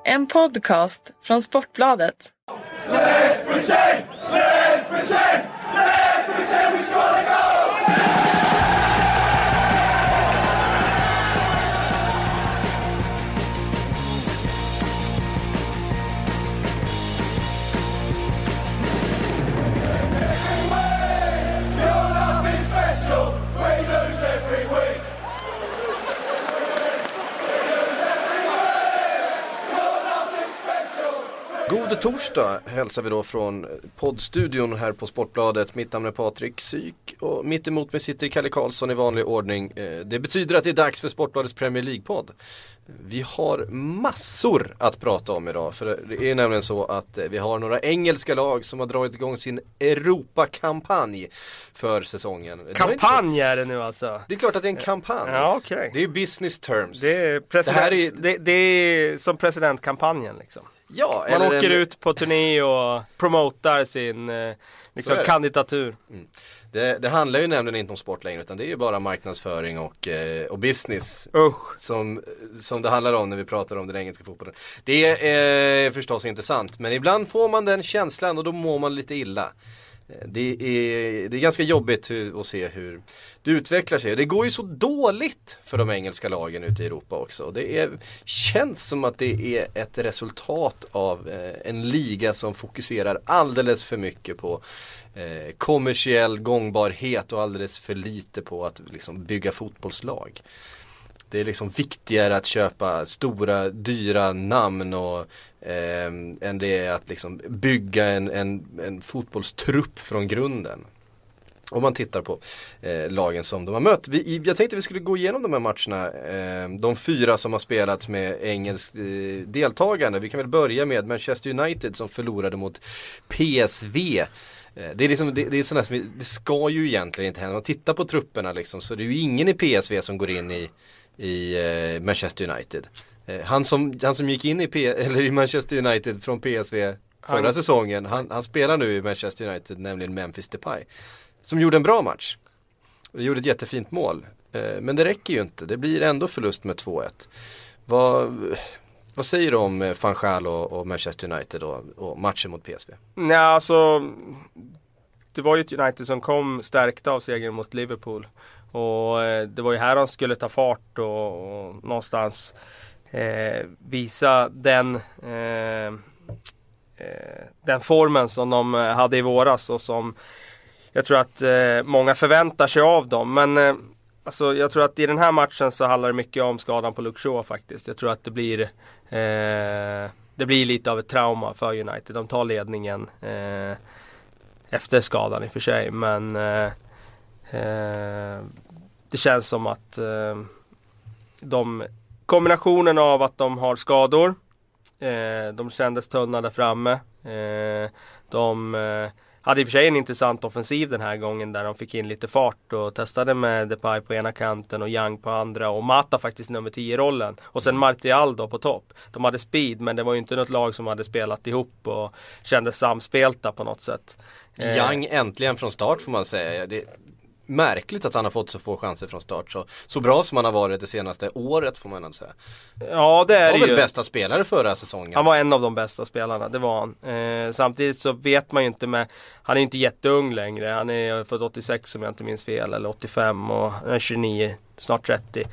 En podcast från Sportbladet. Let's pretend we score a goal! God torsdag hälsar vi då från poddstudion här på Sportbladet. Mitt namn är Patrik Syk och mitt emot mig sitter Kalle Karlsson i vanlig ordning. Det betyder att det är dags för Sportbladets Premier League-podd. Vi har massor att prata om idag, för det är nämligen så att vi har några engelska lag som har dragit igång sin Europa-kampanj för säsongen. Kampanj är det nu alltså? Det är klart att det är en kampanj. Ja, okay. Det är business terms. Det är som presidentkampanjen liksom. Ja, man åker ut på turné och promotar sin kandidatur. Mm. Det handlar ju nämligen inte om sport längre, utan det är ju bara marknadsföring och business som det handlar om när vi pratar om den engelska fotbollen. Det är förstås inte sant, men ibland får man den känslan och då mår man lite illa. Det är ganska jobbigt att se hur det utvecklar sig. Det går ju så dåligt för de engelska lagen ute i Europa också. Det känns som att det är ett resultat av en liga som fokuserar alldeles för mycket på kommersiell gångbarhet och alldeles för lite på att liksom bygga fotbollslag. Det är liksom viktigare att köpa stora, dyra namn än det är att liksom bygga en fotbollstrupp från grunden. Om man tittar på lagen som de har mött. Jag tänkte vi skulle gå igenom de här matcherna. De 4 som har spelats med engelsk deltagande. Vi kan väl börja med Manchester United som förlorade mot PSV. Det är liksom, det är sådär som det ska ju egentligen inte hända. Om man tittar på trupperna liksom, så det är ju ingen i PSV som går in i Manchester United. Han som gick in i Manchester United från PSV förra säsongen, han spelar nu i Manchester United, nämligen Memphis Depay, som gjorde en bra match. Det gjorde ett jättefint mål. Men det räcker ju inte. Det blir ändå förlust med 2-1. Vad säger du om Van Gaal och Manchester United och matchen mot PSV? Nej, alltså det var ju ett United som kom stärkta av segern mot Liverpool. Och det var ju här de skulle ta fart och någonstans visa den formen som de hade i våras och som jag tror att många förväntar sig av dem. Men alltså, jag tror att i den här matchen så handlar det mycket om skadan på Luke Shaw faktiskt. Jag tror att det blir lite av ett trauma för United. De tar ledningen efter skadan i och för sig. Men det känns som att kombinationen av att de har skador, de kändes tunna där framme, de hade i och för sig en intressant offensiv den här gången där de fick in lite fart och testade med Depay på ena kanten och Young på andra och Mata faktiskt nummer 10-rollen och sen Martial då på topp. De hade speed, men det var ju inte något lag som hade spelat ihop och kändes samspelta på något sätt. Young äntligen från start får man säga. Det märkligt att han har fått så få chanser från start. Så bra som han har varit det senaste året får man säga. Ja, det är han var ju väl bästa spelare förra säsongen. Han var en av de bästa spelarna, det var han. Samtidigt så vet man ju inte han är inte jätteung längre. Han är född 86 om jag inte minns fel, eller 85 och 29, snart 30.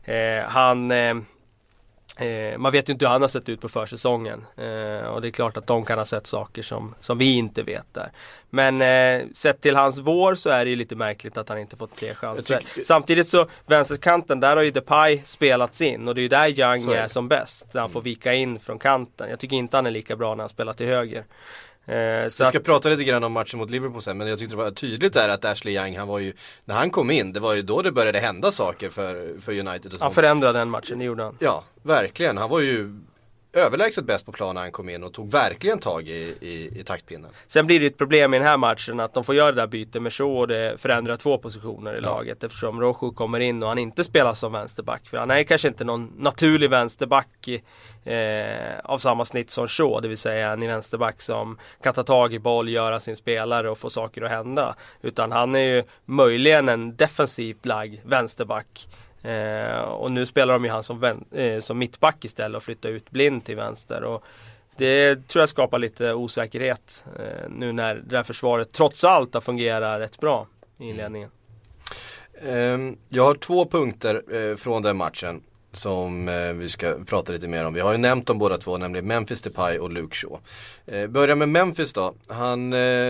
Man vet ju inte hur han har sett ut på försäsongen. Och det är klart att de kan ha sett saker som vi inte vet där. Men sett till hans vår så är det ju lite märkligt att han inte fått fler chanser. Samtidigt så vänsterkanten, där har ju Depay spelats in. Och det är ju där Young är som bäst. Där han får vika in från kanten. Jag tycker inte han är lika bra när han spelar till höger. Vi ska prata lite grann om matchen mot Liverpool sen, men jag tyckte det var tydligt där att Ashley Young, han var ju, när han kom in, det var ju då det började hända saker för United och han förändrade den matchen, det gjorde han. Ja, verkligen. Han var ju överlägset bäst på plan när han kom in och tog verkligen tag i taktpinnen. Sen blir det ett problem i den här matchen att de får göra det där bytet med Shaw och det förändrar 2 positioner i laget, eftersom Rojo kommer in och han inte spelar som vänsterback, för han är kanske inte någon naturlig vänsterback av samma snitt som Shaw, det vill säga en vänsterback som kan ta tag i boll, göra sin spelare och få saker att hända, utan han är ju möjligen en defensivt lagd vänsterback Och nu spelar de ju han som mittback istället och flyttar ut Blind till vänster. Och det tror jag skapar lite osäkerhet nu när det här försvaret trots allt har fungerat rätt bra i inledningen. Jag har 2 punkter från den matchen som vi ska prata lite mer om. Vi har ju nämnt dem båda två, nämligen Memphis Depay och Luke Shaw. Börjar med Memphis då. Han,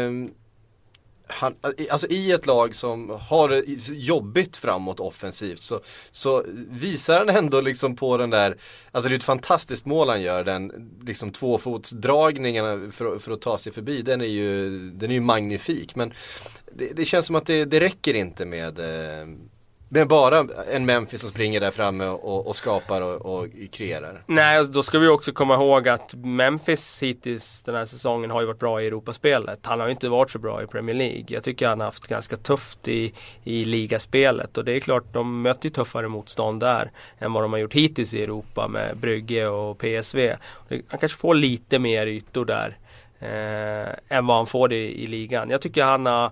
alltså i ett lag som har det jobbigt framåt offensivt så visar han ändå liksom på den där, alltså det är ett fantastiskt mål han gör, den liksom 2-fotsdragningen för att ta sig förbi, den är ju magnifik, men det känns som att det räcker inte med bara en Memphis som springer där framme och skapar och kreerar. Nej, då ska vi också komma ihåg att Memphis hittills den här säsongen har ju varit bra i Europaspelet. Han har ju inte varit så bra i Premier League. Jag tycker han har haft ganska tufft i ligaspelet. Och det är klart, de möter ju tuffare motstånd där än vad de har gjort hittills i Europa med Brygge och PSV. Han kanske får lite mer ytor där än vad han får i ligan. Jag tycker han har...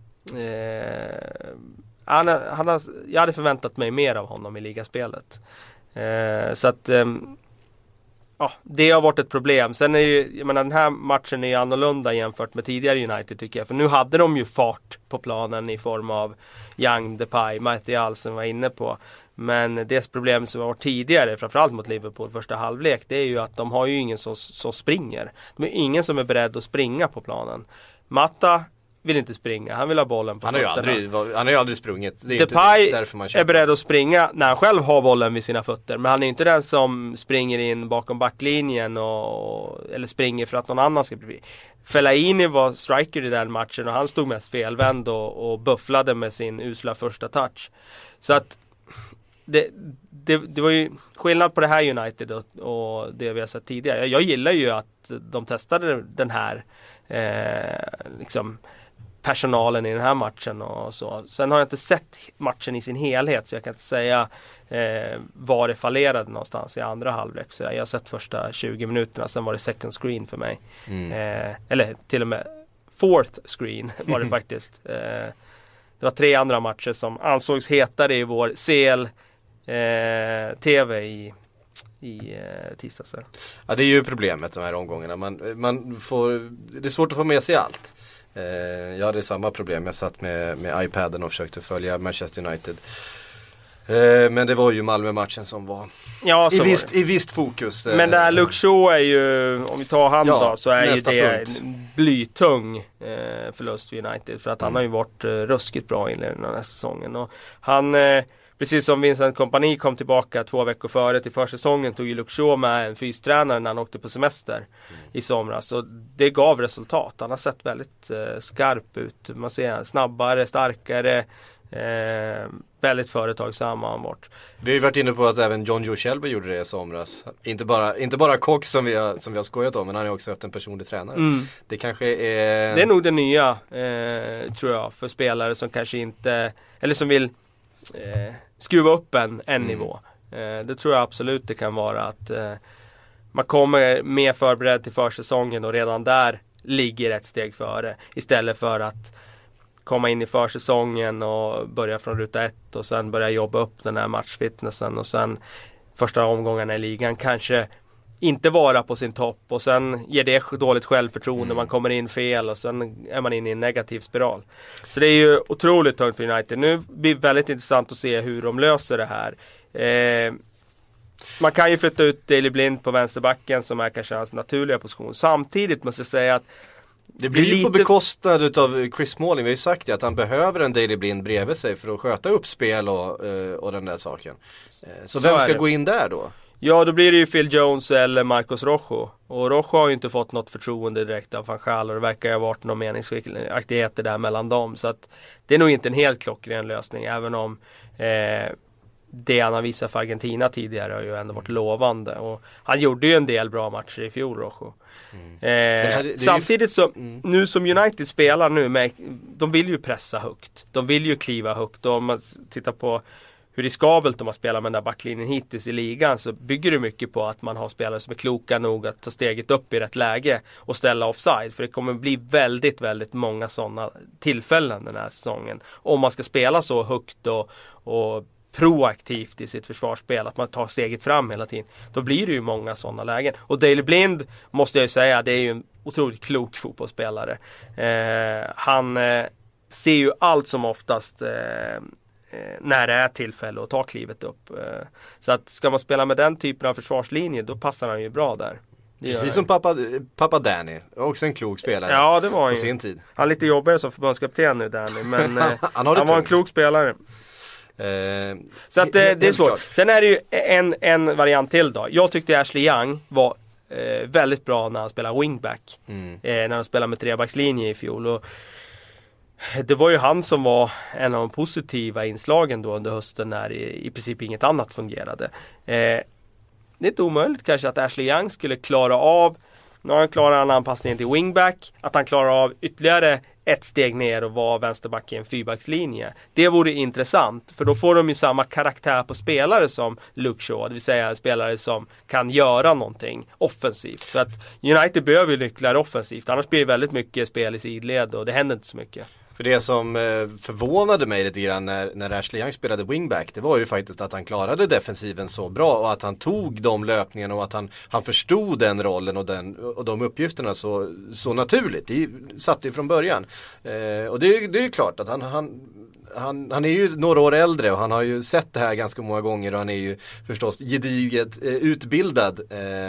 jag hade förväntat mig mer av honom i ligaspelet. Så att det har varit ett problem. Sen är ju, jag menar, den här matchen är annorlunda jämfört med tidigare United tycker jag. För nu hade de ju fart på planen i form av Young, Depay, Martial som var inne på. Men det problem som var tidigare, framförallt mot Liverpool första halvlek, det är ju att de har ju ingen som springer. De är ingen som är beredd att springa på planen. Mata vill inte springa, han vill ha bollen på fötterna. Han har ju aldrig sprungit. Det är Depay är beredd att springa när han själv har bollen vid sina fötter. Men han är inte den som springer in bakom backlinjen eller springer för att någon annan ska bli. Fellaini var striker i den matchen och han stod mest felvänd och bufflade med sin usla första touch. Så att det var ju skillnad på det här United och det vi har sett tidigare. Jag gillar ju att de testade den här liksom personalen i den här matchen och så. Sen har jag inte sett matchen i sin helhet så jag kan inte säga var det fallerade någonstans i andra halvlek. Så jag har sett första 20 minuterna, sen var det second screen för mig. Eller till och med fourth screen var det faktiskt. Det var 3 andra matcher som ansågs hetare i vår CL-TV i tisdags. Ja, det är ju problemet de här omgångarna. Det är svårt att få med sig allt. Jag hade samma problem. Jag satt med iPaden och försökte följa Manchester United. Men det var ju Malmö-matchen som var i visst fokus. Men det här Luke Shaw är ju, om vi tar han då, så är ju det en blytung förlust för United. För att han har ju varit ruskigt bra i den här säsongen. Och han... Precis som Vincent Kompany kom tillbaka 2 veckor före till försäsongen, tog ju Luke Shaw med en fystränare när han åkte på semester i somras. Och det gav resultat. Han har sett väldigt skarp ut. Man ser snabbare, starkare, väldigt företagsam har han varit. Vi har ju varit inne på att även John Joe Shelby gjorde det i somras. Inte bara Cox som vi har skojat om, men han har också haft en personlig tränare. Det kanske är... Det är nog det nya, tror jag, för spelare som kanske inte, eller som vill skruva upp en nivå. Det tror jag absolut det kan vara, att man kommer mer förberedd till försäsongen och redan där ligger ett steg före, istället för att komma in i försäsongen och börja från ruta 1 och sen börja jobba upp den här matchfitnessen och sen första omgångarna i ligan kanske inte vara på sin topp och sen ger det dåligt självförtroende, man kommer in fel och sen är man inne i en negativ spiral. Så det är ju otroligt tungt för United. Nu blir det väldigt intressant att se hur de löser det här. Man kan ju flytta ut Daley Blind på vänsterbacken som är kanske hans naturliga position. Samtidigt måste jag säga att det blir ju på bekostnad av Chris Smalling. Vi har ju sagt det, att han behöver en Daley Blind bredvid sig för att sköta upp spel och den där saken. Så vem ska gå in där då? Ja, då blir det ju Phil Jones eller Marcos Rojo. Och Rojo har ju inte fått något förtroende direkt av Van Gaal och det verkar ju ha varit någon meningsskiljaktigheter där mellan dem. Så att det är nog inte en helt klockren lösning, även om det han har visat för Argentina tidigare har ju ändå varit lovande. Och han gjorde ju en del bra matcher i fjol, Rojo. Samtidigt så, nu som United spelar nu, de vill ju pressa högt. De vill ju kliva högt. Och om man tittar på hur riskabelt de har spelat med den där backlinjen hittills i ligan, så bygger det mycket på att man har spelare som är kloka nog att ta steget upp i rätt läge och ställa offside. För det kommer bli väldigt, väldigt många sådana tillfällen den här säsongen. Om man ska spela så högt och proaktivt i sitt försvarsspel, att man tar steget fram hela tiden, då blir det ju många sådana lägen. Och Daley Blind, måste jag ju säga, det är ju en otroligt klok fotbollsspelare. Han ser ju allt som oftast när det är tillfälle att ta klivet upp. Så att ska man spela med den typen av försvarslinje, då passar han ju bra där. Precis som pappa Danny, också en klok spelare. Ja, det var på sin tid. Han är lite jobbigare som förbundskapten nu, Danny, men han var en klok spelare. Så att det är svårt. Sen är det ju en variant till då. Jag tyckte Ashley Young var väldigt bra när han spelade wingback. När han spelade med trebackslinje i fjol. Och det var ju han som var en av de positiva inslagen då under hösten, när i princip inget annat fungerade. Det är inte omöjligt kanske att Ashley Young skulle klara av, när han klarar en anpassning till wingback, att han klarar av ytterligare ett steg ner och vara vänsterback i en fyrbackslinje. Det vore intressant, för då får de ju samma karaktär på spelare som Luke Shaw, det vill säga spelare som kan göra någonting offensivt. För att United behöver ju nycklar offensivt, annars blir det väldigt mycket spel i sidled och det händer inte så mycket. För det som förvånade mig lite grann när Ashley Young spelade wingback, det var ju faktiskt att han klarade defensiven så bra och att han tog de löpningarna och att han förstod den rollen och de uppgifterna så naturligt. Det satt ju från början. Och det är ju klart att han är ju några år äldre och han har ju sett det här ganska många gånger och han är ju förstås gediget utbildad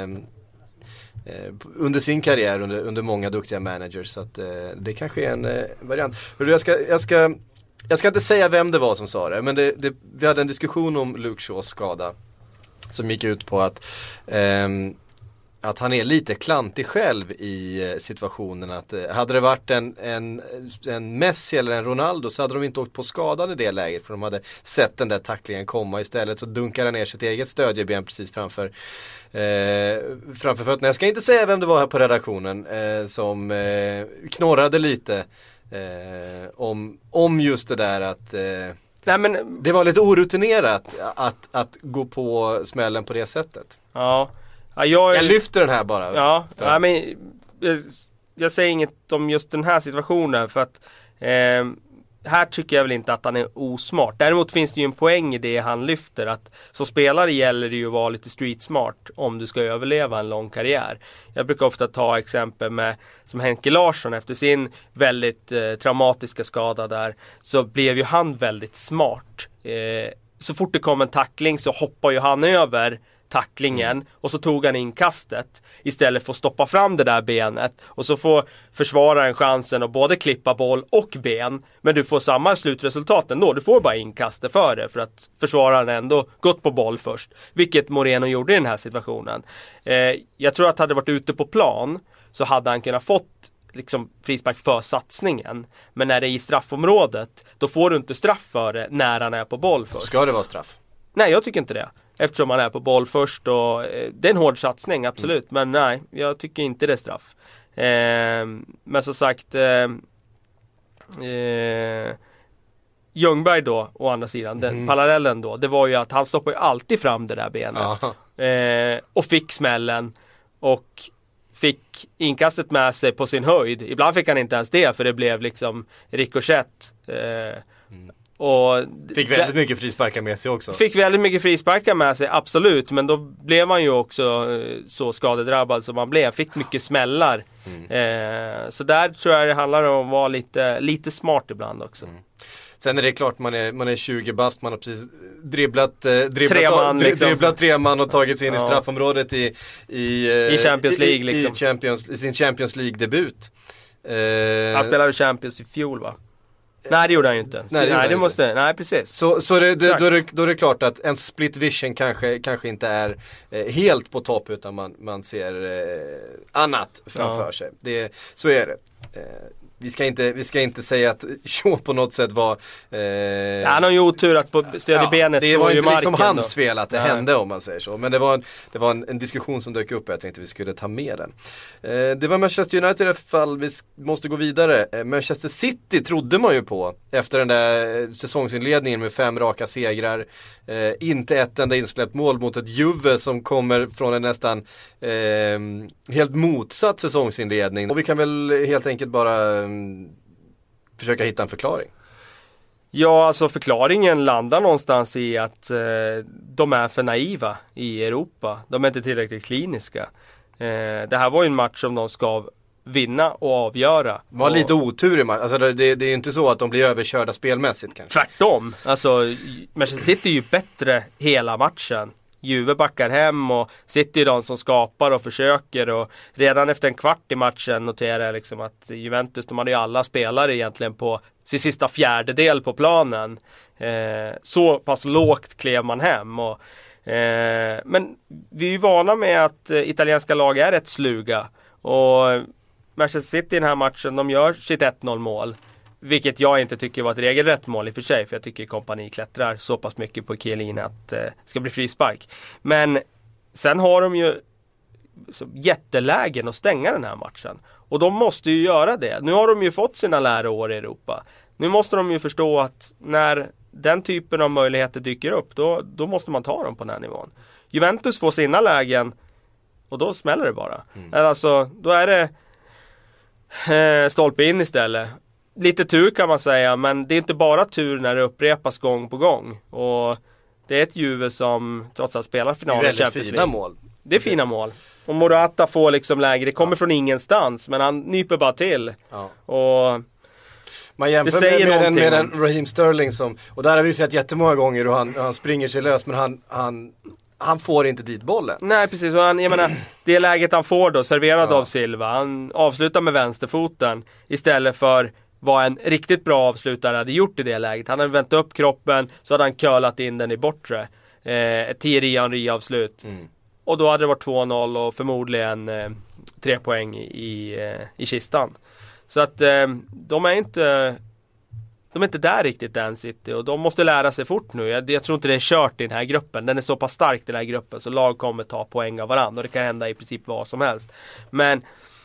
under sin karriär under många duktiga managers, så att det kanske är en variant. Jag ska inte säga vem det var som sa det, men vi hade en diskussion om Luke Shaws skada som gick ut på att han är lite klantig själv i situationen, att hade det varit en Messi eller en Ronaldo så hade de inte åkt på skadan i det läget, för de hade sett den där tacklingen komma. Istället så dunkar han ner sitt eget stödjeben precis framför fötterna. Jag ska inte säga vem det var här på redaktionen som knorrade lite om just det där att nej, men det var lite orutinerat att gå på smällen på det sättet. Ja, jag lyfter den här bara. Ja, men jag säger inget om just den här situationen, för att här tycker jag väl inte att han är osmart. Däremot finns det ju en poäng i det han lyfter, att som spelare gäller det ju att vara lite street smart om du ska överleva en lång karriär. Jag brukar ofta ta exempel med som Henke Larsson, efter sin väldigt traumatiska skada där, så blev ju han väldigt smart. Så fort det kom en tackling så hoppar ju han över tacklingen och så tog han inkastet istället för att stoppa fram det där benet, och så får försvararen chansen att både klippa boll och ben, men du får samma slutresultat ändå. Du får bara inkastet för det, för att försvararen ändå gått på boll först, vilket Moreno gjorde i den här situationen. Jag tror att hade varit ute på plan så hade han kunnat fått liksom frispark för satsningen, men när det är i straffområdet då får du inte straff för det när han är på boll först. Ska det vara straff? Nej, jag tycker inte det. Eftersom man är på boll först, och det är en hård satsning, absolut. Men nej, jag tycker inte det är straff. Men som sagt, Ljungberg då, å andra sidan, den parallellen då, det var ju att han stoppar ju alltid fram det där benet. Och fick smällen och fick inkastet med sig på sin höjd. Ibland fick han inte ens det, för det blev liksom rikoschett. Och fick väldigt mycket frisparkar med sig också. Fick väldigt mycket frisparkar med sig, absolut. Men då blev man ju också så skadedrabbad som man blev. Fick mycket smällar. Så där tror jag det handlar om att vara lite smart ibland också. Sen är det klart, man är 20 bast, man har precis dribblat tre man och tagit sig in i straffområdet i Champions League liksom. I sin Champions League-debut. Han spelade Champions i fjol, va? Nej, det gjorde han ju inte. Nej, precis. Så då är det klart att en split vision kanske inte är helt på topp, utan man ser annat framför sig. Så är det. Vi ska inte säga att Shaw på något sätt var han har ju otur att på stödjebenet det var inte liksom hans fel att det hände, om man säger så. Men det var en diskussion som dök upp och jag tänkte vi skulle ta med den. Det var Manchester United i alla fall. Vi måste gå vidare. Manchester City trodde man ju på efter den där säsongsinledningen med 5 raka segrar. Inte ett enda insläppt mål mot ett Juve som kommer från en nästan helt motsatt säsongsinledning. Och vi kan väl helt enkelt bara försöka hitta en förklaring. Ja, alltså förklaringen landar någonstans i att de är för naiva i Europa. De är inte tillräckligt kliniska. Det här var ju en match som de ska vinna och avgöra. Det var lite otur i matchen. Alltså det är ju inte så att de blir överkörda spelmässigt kanske. Tvärtom. Alltså Manchester City är ju bättre hela matchen. Juve backar hem och City är de som skapar och försöker, och redan efter en kvart i matchen noterar jag liksom att Juventus, de hade ju alla spelare egentligen på sin sista fjärdedel på planen. Så pass lågt klev man hem. Men vi är ju vana med att italienska lag är rätt sluga, och Manchester City i den här matchen, de gör sitt 1-0 mål. Vilket jag inte tycker var ett regelrätt mål i och för sig, för jag tycker Kompani klättrar så pass mycket på Chiellini att det ska bli frispark. Men sen har de ju jättelägen att stänga den här matchen. Och de måste ju göra det. Nu har de ju fått sina läroår i Europa. Nu måste de ju förstå att när den typen av möjligheter dyker upp, då måste man ta dem på den här nivån. Juventus får sina lägen och då smäller det bara. Alltså, då är det stolpe in istället. Lite tur kan man säga, men det är inte bara tur när det upprepas gång på gång. Och det är ett Juve som trots allt spelar finalen. Det är väldigt fina mål. Det är fina mål. Och Morata får liksom läge, det kommer från ingenstans, men han nyper bara till. Ja. Och man jämför med en Raheem Sterling som, och där har vi sett jättemånga gånger hur han springer sig lös, men han får inte dit bollen. Nej, precis. Och jag menar, det läget han får då, serverad av Silva, han avslutar med vänsterfoten istället för vad en riktigt bra avslutare hade gjort i det läget. Han hade vänt upp kroppen, så hade han curlat in den i bortre. Ett Thierry-Henry-avslut. Och då hade det varit 2-0 och förmodligen 3 poäng i kistan. Så att de är inte där riktigt än, City, och de måste lära sig fort nu. Jag tror inte det är kört i den här gruppen. Den är så pass stark, den här gruppen, så lag kommer ta poäng av varandra, och det kan hända i princip vad som helst. Men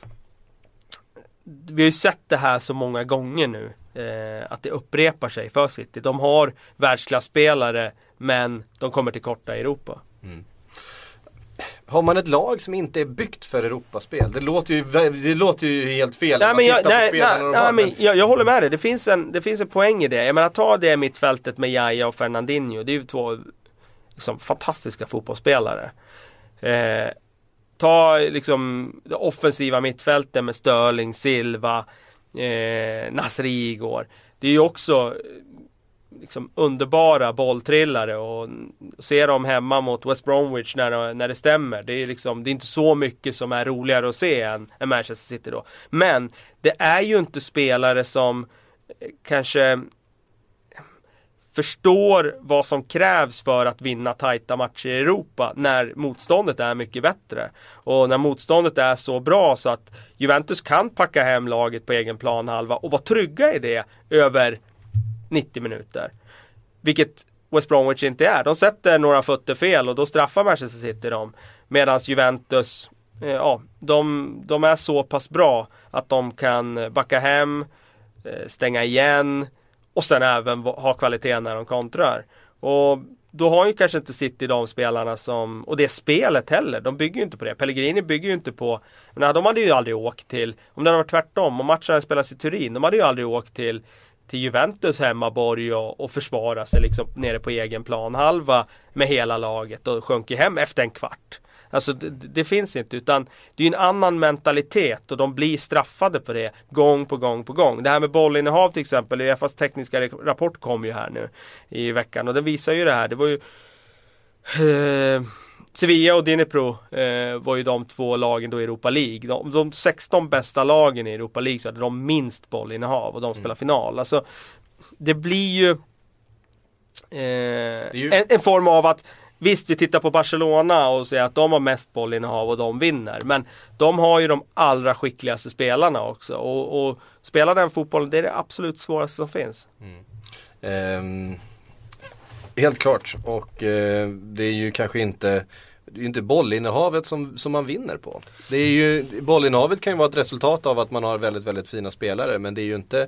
vi har ju sett det här så många gånger nu, att det upprepar sig för City. De har världsklasspelare, men de kommer till korta i Europa. Har man ett lag som inte är byggt för Europaspel? Det låter ju helt fel. Jag håller med dig. Det finns en poäng i det. Jag menar, ta det mittfältet med Yaya och Fernandinho. Det är ju två liksom fantastiska fotbollsspelare. Ta liksom det offensiva mittfältet med Sterling, Silva, Nasri igår. Det är ju också liksom underbara bolltrillare, och se dem hemma mot West Bromwich när det stämmer. Det är inte så mycket som är roligare att se än Manchester City då. Men det är ju inte spelare som kanske förstår vad som krävs för att vinna tajta matcher i Europa när motståndet är mycket bättre. Och när motståndet är så bra så att Juventus kan packa hem laget på egen planhalva och vara trygga i det över 90 minuter. Vilket West Bromwich inte är. De sätter några fötter fel och då straffar Manchester City dem. Medan Juventus, de är så pass bra att de kan backa hem, stänga igen och sen även ha kvalitet när de kontrar. Och då har ju kanske inte City de spelarna som, och det spelet heller, de bygger ju inte på det. Pellegrini bygger ju inte på, men de hade ju aldrig åkt till, om det hade varit tvärtom, om matchen spelas i Turin, de hade ju aldrig åkt till Juventus hemmaborg och försvara sig liksom nere på egen planhalva med hela laget och sjunker hem efter en kvart. Alltså det finns inte, utan det är en annan mentalitet och de blir straffade på det gång på gång på gång. Det här med bollinnehav till exempel, UEFAs tekniska rapport kom ju här nu i veckan och den visar ju det här. Det var ju Sevilla och Dnipro var ju de två lagen då i Europa League. De 16 bästa lagen i Europa League så hade de minst bollinnehav och de spelar final. Alltså det blir ju en form av att visst, vi tittar på Barcelona och säger att de har mest bollinnehav och de vinner. Men de har ju de allra skickligaste spelarna också. Och spela den fotbollen, det är det absolut svåraste som finns. Helt klart. Och det är ju kanske inte bollinnehavet som man vinner på. Det är ju, bollinnehavet kan ju vara ett resultat av att man har väldigt, väldigt fina spelare. Men det är ju inte...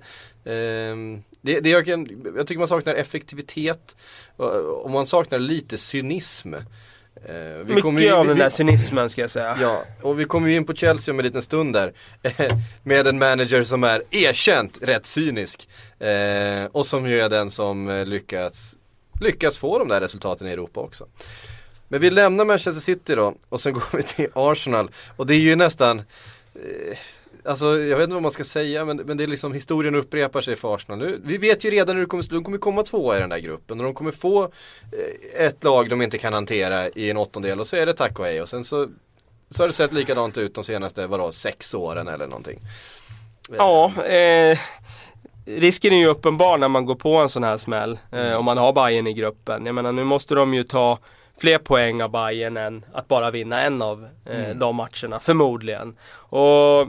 jag tycker man saknar effektivitet och man saknar lite cynism. Mycket av den där cynismen ska jag säga. Ja, och vi kommer ju in på Chelsea om en liten stund där. Med en manager som är erkänt rätt cynisk. Och som ju är den som lyckas få de där resultaten i Europa också. Men vi lämnar Manchester City då. Och sen går vi till Arsenal. Och det är ju nästan... Alltså jag vet inte vad man ska säga, men det är liksom historien upprepar sig för Arsenal nu. Vi vet ju redan hur de kommer komma 2 i den där gruppen. Och de kommer få ett lag de inte kan hantera i en 8:e, och så är det tack och hej. Och sen så har det sett likadant ut de senaste 6 åren eller någonting. Ja, risken är ju uppenbar när man går på en sån här smäll. Om man har Bayern i gruppen. Jag menar, nu måste de ju ta fler poäng av Bayern än att bara vinna en av de matcherna, förmodligen. Och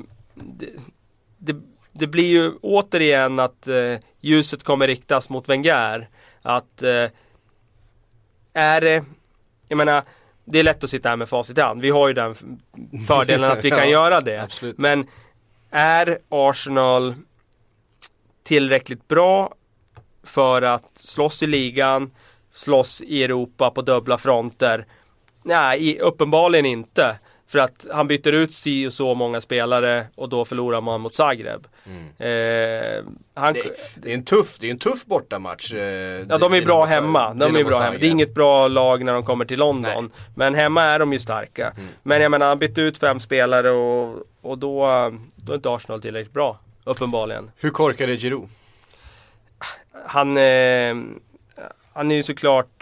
det blir ju återigen att ljuset kommer riktas mot Wenger. Att är det, jag menar, det är lätt att sitta här med facit i hand. Vi har ju den fördelen att vi kan göra det. Absolut. Men är Arsenal tillräckligt bra för att slåss i ligan, slåss i Europa på dubbla fronter? Nej, uppenbarligen inte. För att han byter ut sig och så många spelare och då förlorar man mot Zagreb. Det är en tuff bortamatch. Ja, de är bra hemma. Det är inget bra lag när de kommer till London. Nej. Men hemma är de ju starka. Men jag menar, han bytte ut 5 spelare och då är inte Arsenal tillräckligt bra, uppenbarligen. Hur korkad är Giroud? Han är ju såklart...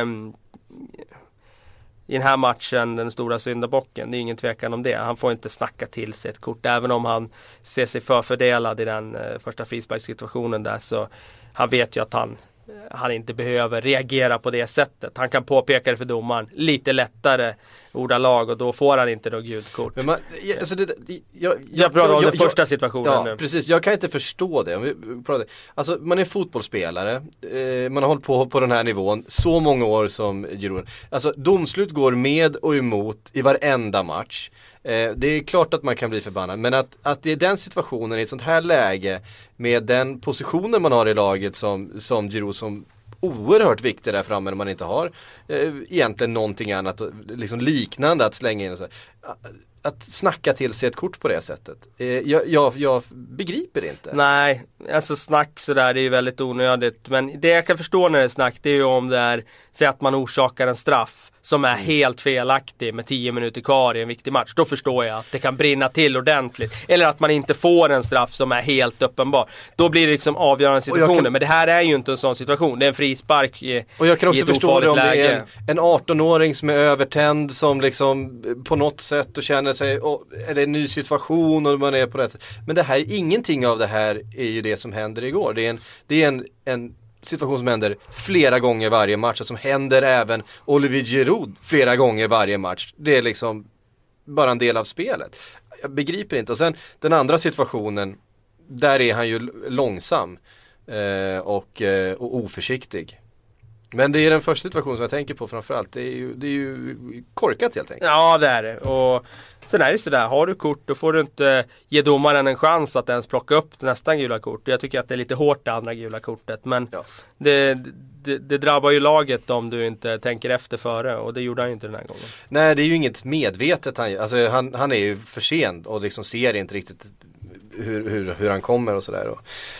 i den här matchen den stora syndabocken. Det är ingen tvekan om det. Han får inte snacka till sig ett kort. Även om han ser sig förfördelad i den första frisparkssituationen där, så han vet ju att han inte behöver reagera på det sättet. Han kan påpeka det för domaren lite lättare ordalag och då får han inte något gult kort. Men jag pratar om den första situationen nu. Precis, jag kan inte förstå det. Alltså, man är fotbollsspelare, man har hållit på den här nivån så många år som Giroud. Alltså, domslut går med och emot i varenda match. Det är klart att man kan bli förbannad, men att det är den situationen i ett sånt här läge med den positionen man har i laget som Giroud, som oerhört viktig där framme när man inte har egentligen någonting annat liksom liknande att slänga in och så. Att snacka till sig ett kort på det sättet. Jag begriper det inte. Nej, alltså snack sådär, det är ju väldigt onödigt. Men det jag kan förstå när det är snack, det är ju om det är, säg att man orsakar en straff som är helt felaktig med 10 minuter kvar i en viktig match. Då förstår jag att det kan brinna till ordentligt. Eller att man inte får en straff som är helt uppenbar. Då blir det liksom avgörande situationer. Men det här är ju inte en sån situation. Det är en frispark i ett ofarligt läge. Och jag kan också förstå det om det är en 18-åring som är övertänd, som liksom på något sätt och känner sig, eller en ny situation och man är på rätt sätt. Men det här, ingenting av det här är ju det som händer igår. Det är en situation som händer flera gånger varje match, och som händer även Olivier Giroud flera gånger varje match. Det är liksom bara en del av spelet. Jag begriper inte. Och sen den andra situationen, där är han ju långsam och oförsiktig. Men det är den första situationen som jag tänker på framförallt. Det är ju korkat helt enkelt. Ja, det är det. Och sen är det sådär, har du kort då får du inte ge domaren en chans att ens plocka upp nästan gula kort. Jag tycker att det är lite hårt det andra gula kortet. Men ja, det drabbar ju laget om du inte tänker efter före. Och det gjorde han inte den här gången. Nej, det är ju inget medvetet. Han är ju för sen och liksom ser inte riktigt hur han kommer och sådär.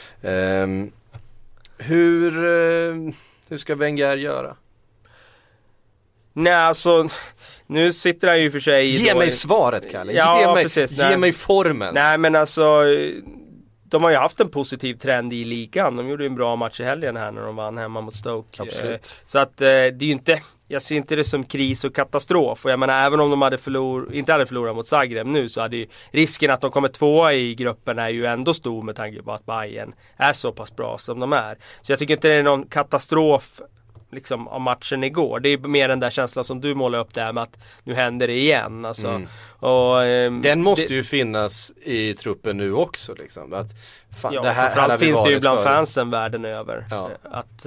Hur ska Wenger göra? Nej, alltså nu sitter han ju för sig... Ge mig svaret, Kalle. Ja, ge mig formen. Nej, men alltså de har ju haft en positiv trend i ligan. De gjorde ju en bra match i helgen här när de vann hemma mot Stoke. Absolut. Så att det är ju inte... Jag ser inte det som kris och katastrof. Och jag menar, även om de inte hade förlorat mot Zagreb nu, så hade ju risken att de kommer 2 i gruppen är ju ändå stor med tanke på att Bayern är så pass bra som de är. Så jag tycker inte det är någon katastrof liksom av matchen igår. Det är mer den där känslan som du målar upp där med att nu händer det igen. Alltså, den måste ju finnas i truppen nu också. Liksom. Att, fan, ja, det här framförallt finns det ju bland fansen världen över. Ja. Att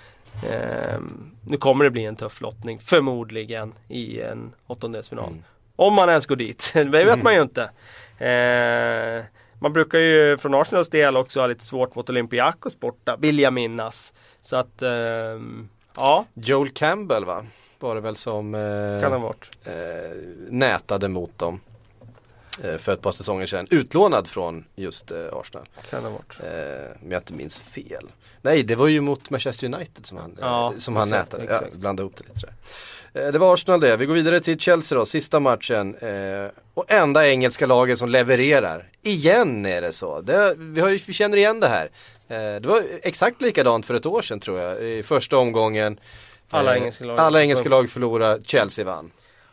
nu kommer det bli en tuff lottning, förmodligen i en 8-delsfinal. Om man ens går dit, det vet man ju inte. Man brukar ju från Arsenals del också ha lite svårt mot Olympiakos borta, vill jag minnas. Så att, ja. Joel Campbell, va? var det väl som kan ha varit. nätade mot dem för ett par säsonger sedan. Utlånad från just Arsenal. Kan ha varit. Men jag inte minns fel. Nej, det var ju mot Manchester United som han nätade. Exakt. Ja, blanda ihop det lite där. Det var Arsenal det. Vi går vidare till Chelsea då, sista matchen. Och enda engelska laget som levererar. Igen är det så. Vi känner igen det här. Det var exakt likadant för ett år sedan tror jag. I första omgången. Alla engelska lag förlorade, Chelsea vann.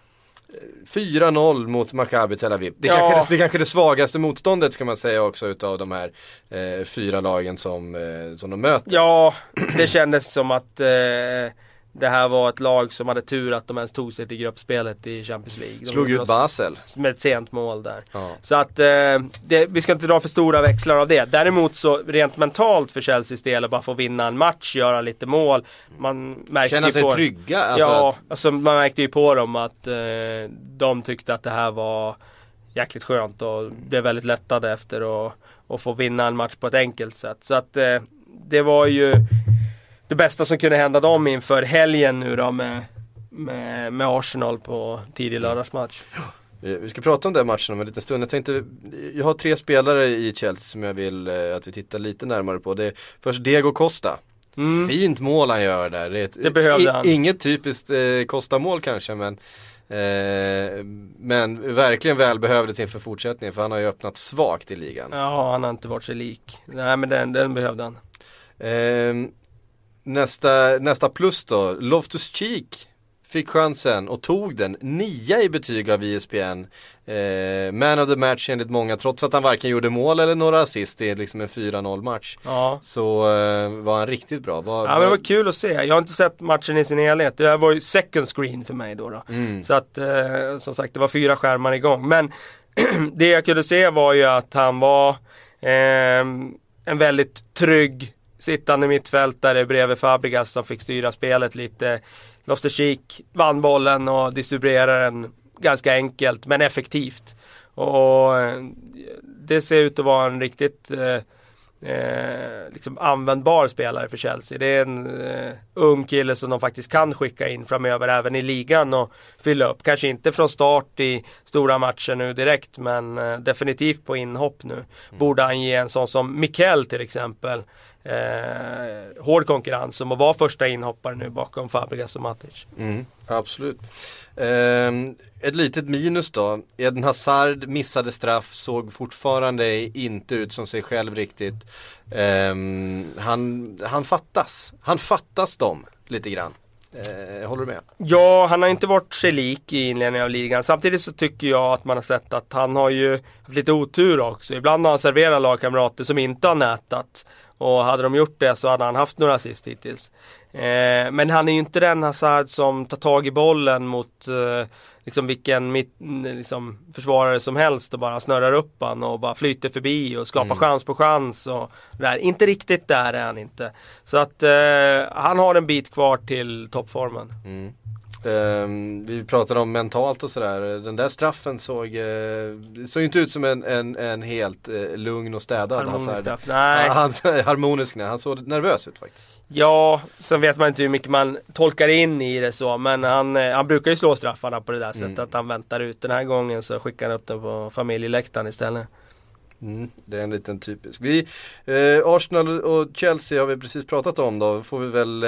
4-0 mot Maccabi Tel Aviv. Det är kanske det svagaste motståndet ska man säga också utav de här 4 lagen som de möter. Ja, det kändes som att det här var ett lag som hade tur att de ens tog sig till gruppspelet i Champions League. Slog ut Basel. Med ett sent mål där. Ja. Så att vi ska inte dra för stora växlar av det. Däremot så rent mentalt för Chelseas del att bara få vinna en match, göra lite mål. Man märkte känna sig trygga. Alltså man märkte ju på dem att de tyckte att det här var jäkligt skönt och blev väldigt lättade efter att få vinna en match på ett enkelt sätt. Så att det var ju det bästa som kunde hända dem inför helgen nu då med Arsenal på tidig lördagsmatch. Vi ska prata om den matchen om en liten stund. Jag har 3 spelare i Chelsea som jag vill att vi tittar lite närmare på. Det är först Diego Costa. Fint mål han gör där. Det behövde han. Inget typiskt Costa-mål kanske, men verkligen välbehövligt inför fortsättningen, för han har ju öppnat svagt i ligan. Ja, han har inte varit sig lik. Nej, men den behövde han. Nästa plus då, Loftus-Cheek fick chansen och tog den. 9 i betyg av ESPN. Man of the match enligt många, trots att han varken gjorde mål eller några assist i liksom en 4-0 match. Ja. Så var han riktigt bra. Men det var kul att se. Jag har inte sett matchen i sin helhet. Det var ju second screen för mig då. Så att som sagt, det var 4 skärmar igång. Men det jag kunde se var ju att han var en väldigt trygg sittande mittfältare bredvid Fabregas som fick styra spelet lite. Loftus-Cheek vann bollen och distribuerade den ganska enkelt men effektivt. Och det ser ut att vara en riktigt liksom användbar spelare för Chelsea. Det är en ung kille som de faktiskt kan skicka in framöver även i ligan och fylla upp. Kanske inte från start i stora matcher nu direkt, men definitivt på inhopp nu. Borde han ge en sån som Mikel till exempel. Hård konkurrens som att vara första inhoppare nu bakom Fabregas och Matic. Absolut. Ett litet minus då. Eden Hazard missade straff, såg fortfarande inte ut som sig själv riktigt. Han fattas dem lite grann. Håller du med? Ja, han har inte varit sig lik i inledningen av ligan. Samtidigt så tycker jag att man har sett att han har ju haft lite otur också. Ibland har han serverat lagkamrater som inte har nätat. Och hade de gjort det så hade han haft några assist hittills. Men han är ju inte den Hazard som tar tag i bollen mot liksom vilken försvarare som helst och bara snurrar upp han och bara flyter förbi och skapar chans på chans. Och där. Inte riktigt där är han inte. Så att han har en bit kvar till toppformen. Vi pratade om mentalt och sådär. Den där straffen såg inte ut som en helt lugn och städad Hazard. Nej. Harmonisk, nej. Han såg nervös ut faktiskt. Ja, sen vet man inte hur mycket man tolkar in i det så. Men han brukar ju slå straffarna på det där sättet att han väntar ut. Den här gången så skickar han upp den på familjeläktaren istället. Det är en liten typisk. Arsenal och Chelsea har vi precis pratat om då. Får vi väl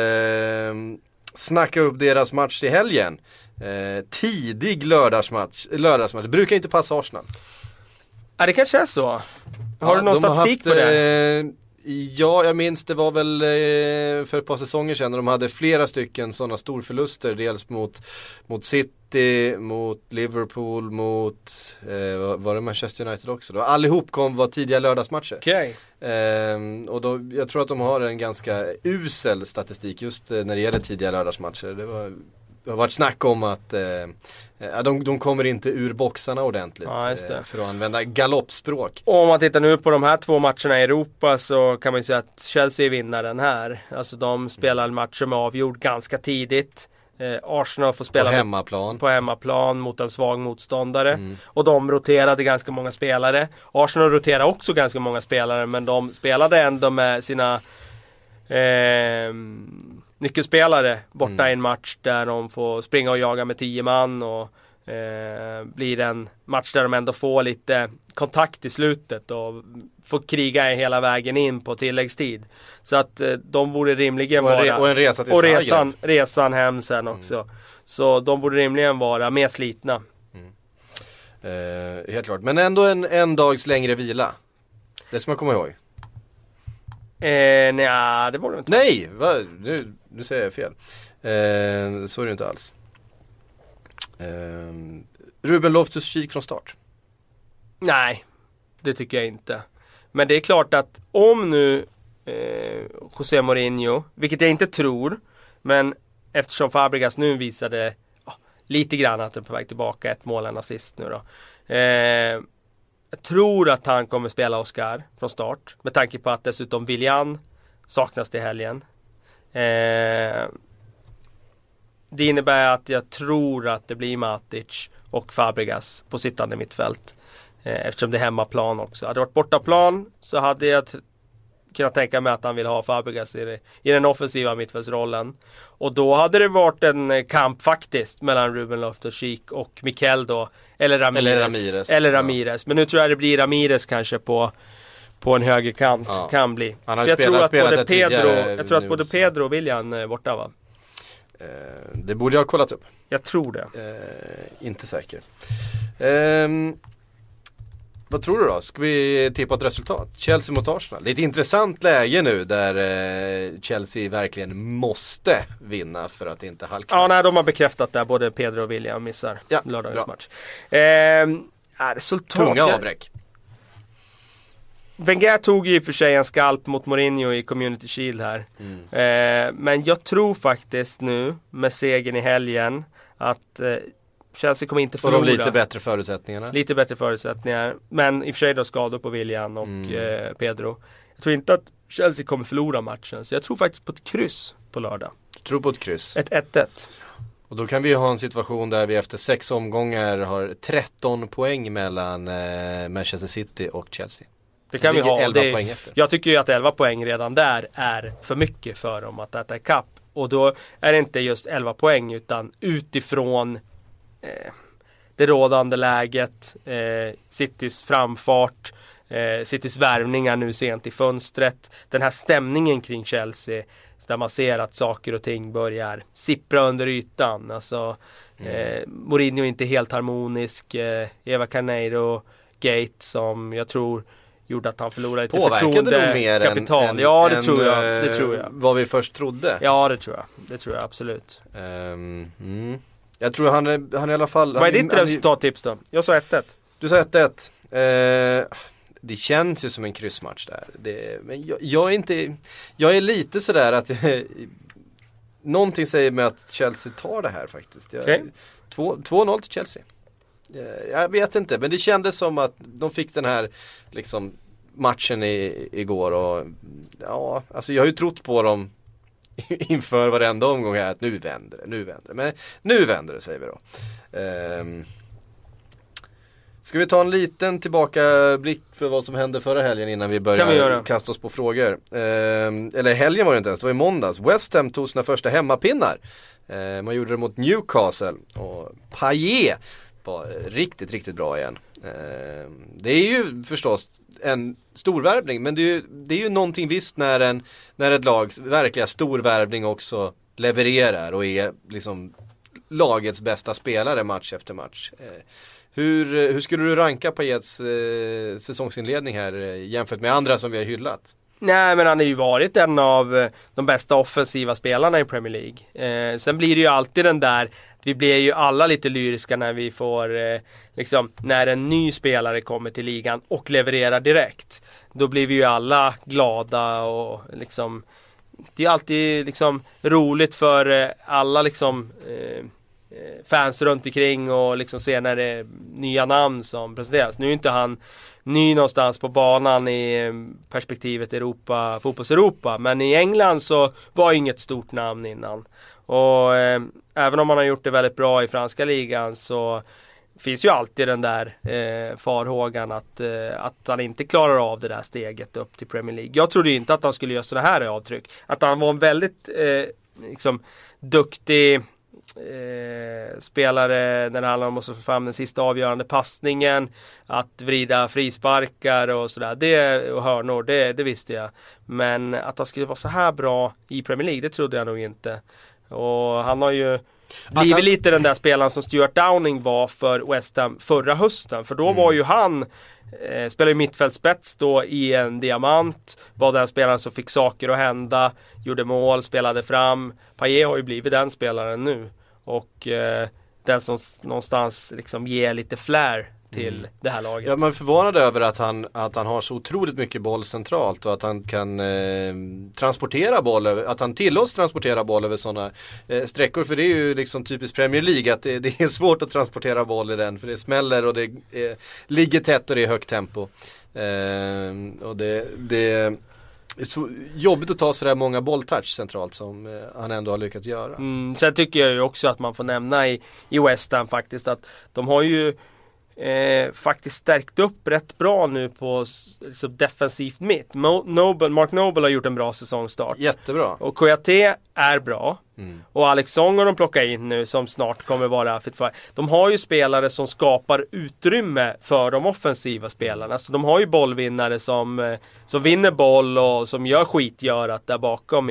snacka upp deras match till helgen. Tidig lördagsmatch. Det brukar inte passa Arsenal. Ja, det kanske är så. Har du någon statistik på det? Ja, jag minns det var väl för ett par säsonger sedan när de hade flera stycken sådana storförluster. Dels mot City, mot Liverpool, mot var det Manchester United också då? Allihop var tidiga lördagsmatcher. Okej. Och då, jag tror att de har en ganska usel statistik just när det gäller tidiga lördagsmatcher. Det har varit snack om att de kommer inte ur boxarna ordentligt, för att använda galoppspråk. Och om man tittar nu på de här 2 matcherna i Europa så kan man ju säga att Chelsea vinner den här. Alltså de spelar en match som är avgjord ganska tidigt. Arsenal får spela på hemmaplan mot en svag motståndare. Och de roterade ganska många spelare. Arsenal roterade också ganska många spelare, men de spelade ändå med sina nyckelspelare borta i en match där de får springa och jaga med 10 man och blir en match där de ändå får lite kontakt i slutet och får kriga hela vägen in på tilläggstid. Så att de borde rimligen vara... Och en resa till och resan hem sen också. Så de borde rimligen vara mer slitna. Helt klart. Men ändå en dags längre vila. Det ska man komma ihåg. Nej, det borde inte. Nej, nu säger jag fel. Så är det inte alls. Ruben Loftus-Cheek från start? Nej, det tycker jag inte. Men det är klart att om nu José Mourinho, vilket jag inte tror, men eftersom Fabregas nu visade lite grann att det är på väg tillbaka, ett mål, en assist nu då. Jag tror att han kommer spela Oscar från start, med tanke på att dessutom Willian saknas till helgen. Det innebär att jag tror att det blir Matic och Fabregas på sittande mittfält. Eftersom det är hemmaplan också. Hade det varit bortaplan så hade jag kunnat tänka mig att han vill ha Fabregas i den offensiva mittfältsrollen. Och då hade det varit en kamp faktiskt mellan Ruben Loftus-Cheek och Mikel då. Eller Ramirez. Men nu tror jag det blir Ramirez kanske på en högerkant. Kan bli. Jag tror att både Pedro och Willian är borta, va? Det borde jag ha kollat upp. Jag tror det. Inte säker. Vad tror du då? Ska vi tippa ett resultat? Chelsea mot Arsenal. Det är ett intressant läge nu där Chelsea verkligen måste vinna för att inte halka. Ja, nej, de har bekräftat det. Både Pedro och William missar lördagens match. Resultat. Tunga avbräck. Wenger tog ju i och för sig en skalp mot Mourinho i Community Shield här. Men jag tror faktiskt nu med segern i helgen att Chelsea kommer inte förlora. Och de lite bättre förutsättningarna. Lite bättre förutsättningar. Men i och för sig då skador på Willian och Pedro. Jag tror inte att Chelsea kommer förlora matchen. Så jag tror faktiskt på ett kryss på lördag. Jag tror på ett kryss. Ett 1-1. Och då kan vi ha en situation där vi efter 6 omgångar har 13 poäng mellan Manchester City och Chelsea. Det kan vi ha. 11 poäng efter. Jag tycker ju att 11 poäng redan där är för mycket för dem att äta ikapp. Och då är det inte just 11 poäng utan utifrån det rådande läget, Citys framfart, Citys värvningar nu sent i fönstret, den här stämningen kring Chelsea där man ser att saker och ting börjar sippra under ytan. Alltså Mourinho är inte helt harmonisk, Eva Carneiro Gate som jag tror gjorde att han förlorade lite förtroende, mer kapital. Det tror jag. Vad vi först trodde. Ja, det tror jag absolut. Jag tror han är i alla fall... Vad är ditt resultattips då? Jag sa 1-1. Du sa 1-1. Det känns ju som en kryssmatch där. Men jag är lite sådär att någonting säger mig att Chelsea tar det här faktiskt. 2-0 till Chelsea. Jag vet inte, men det kändes som att de fick den här liksom matchen igår och ja, alltså jag har ju trott på dem inför varenda omgång här att nu vänder det. Men nu vänder det, säger vi då. Ska vi ta en liten tillbakablick för vad som hände förra helgen innan vi börjar kasta oss på frågor. Eller helgen var det inte ens, det var i måndags. West Ham tog sina första hemmapinnar. Man gjorde det mot Newcastle och Payet var riktigt, riktigt bra igen. Det är ju förstås en storvärvning, men det är ju någonting visst när ett lags verkliga storvärvning också levererar och är liksom lagets bästa spelare match efter match. Hur skulle du ranka Payets säsongsinledning här jämfört med andra som vi har hyllat? Nej, men han har ju varit en av de bästa offensiva spelarna i Premier League. Sen blir det ju alltid den där, vi blir ju alla lite lyriska när vi får liksom, när en ny spelare kommer till ligan och levererar direkt. Då blir vi ju alla glada och liksom, det är alltid liksom roligt för alla liksom fans runt omkring och liksom se när det är nya namn som presenteras. Nu är inte han ny någonstans på banan i perspektivet Europa, fotbolls-Europa, men i England så var inget stort namn innan. Och även om man har gjort det väldigt bra i franska ligan så finns ju alltid den där farhågan att han inte klarar av det där steget upp till Premier League. Jag trodde inte att han skulle göra sådana här avtryck. Att han var en väldigt liksom duktig spelare när det handlar om att få fram den sista avgörande passningen, att vrida frisparkar och sådär, och hörnor, det visste jag. Men att han skulle vara så här bra i Premier League, det trodde jag nog inte. Och han har ju blivit lite den där spelaren som Stuart Downing var för West Ham förra hösten. För då var ju han spelade i mittfältspets då i en diamant, var den spelaren som fick saker att hända, gjorde mål, spelade fram. Payet har ju blivit den spelaren nu. Och den som någonstans liksom ger lite flair till det här laget. Ja, man är förvånad över att han har så otroligt mycket boll centralt och att han kan transportera boll, att han tillåts transportera boll över sådana sträckor, för det är ju liksom typiskt Premier League att det är svårt att transportera boll i den, för det smäller och det ligger tätt och det är högt tempo. Och det är så jobbigt att ta så där många bolltouch centralt som han ändå har lyckats göra. Sen tycker jag ju också att man får nämna i West Ham faktiskt att de har ju faktiskt stärkt upp rätt bra nu på liksom defensivt mitt. Mark Noble har gjort en bra säsongstart. Jättebra. Och Kouyaté är bra. Och Alex Song har de plockat in nu som snart kommer vara fit för. De har ju spelare som skapar utrymme för de offensiva spelarna. Så de har ju bollvinnare som vinner boll och som gör skitgörat där bakom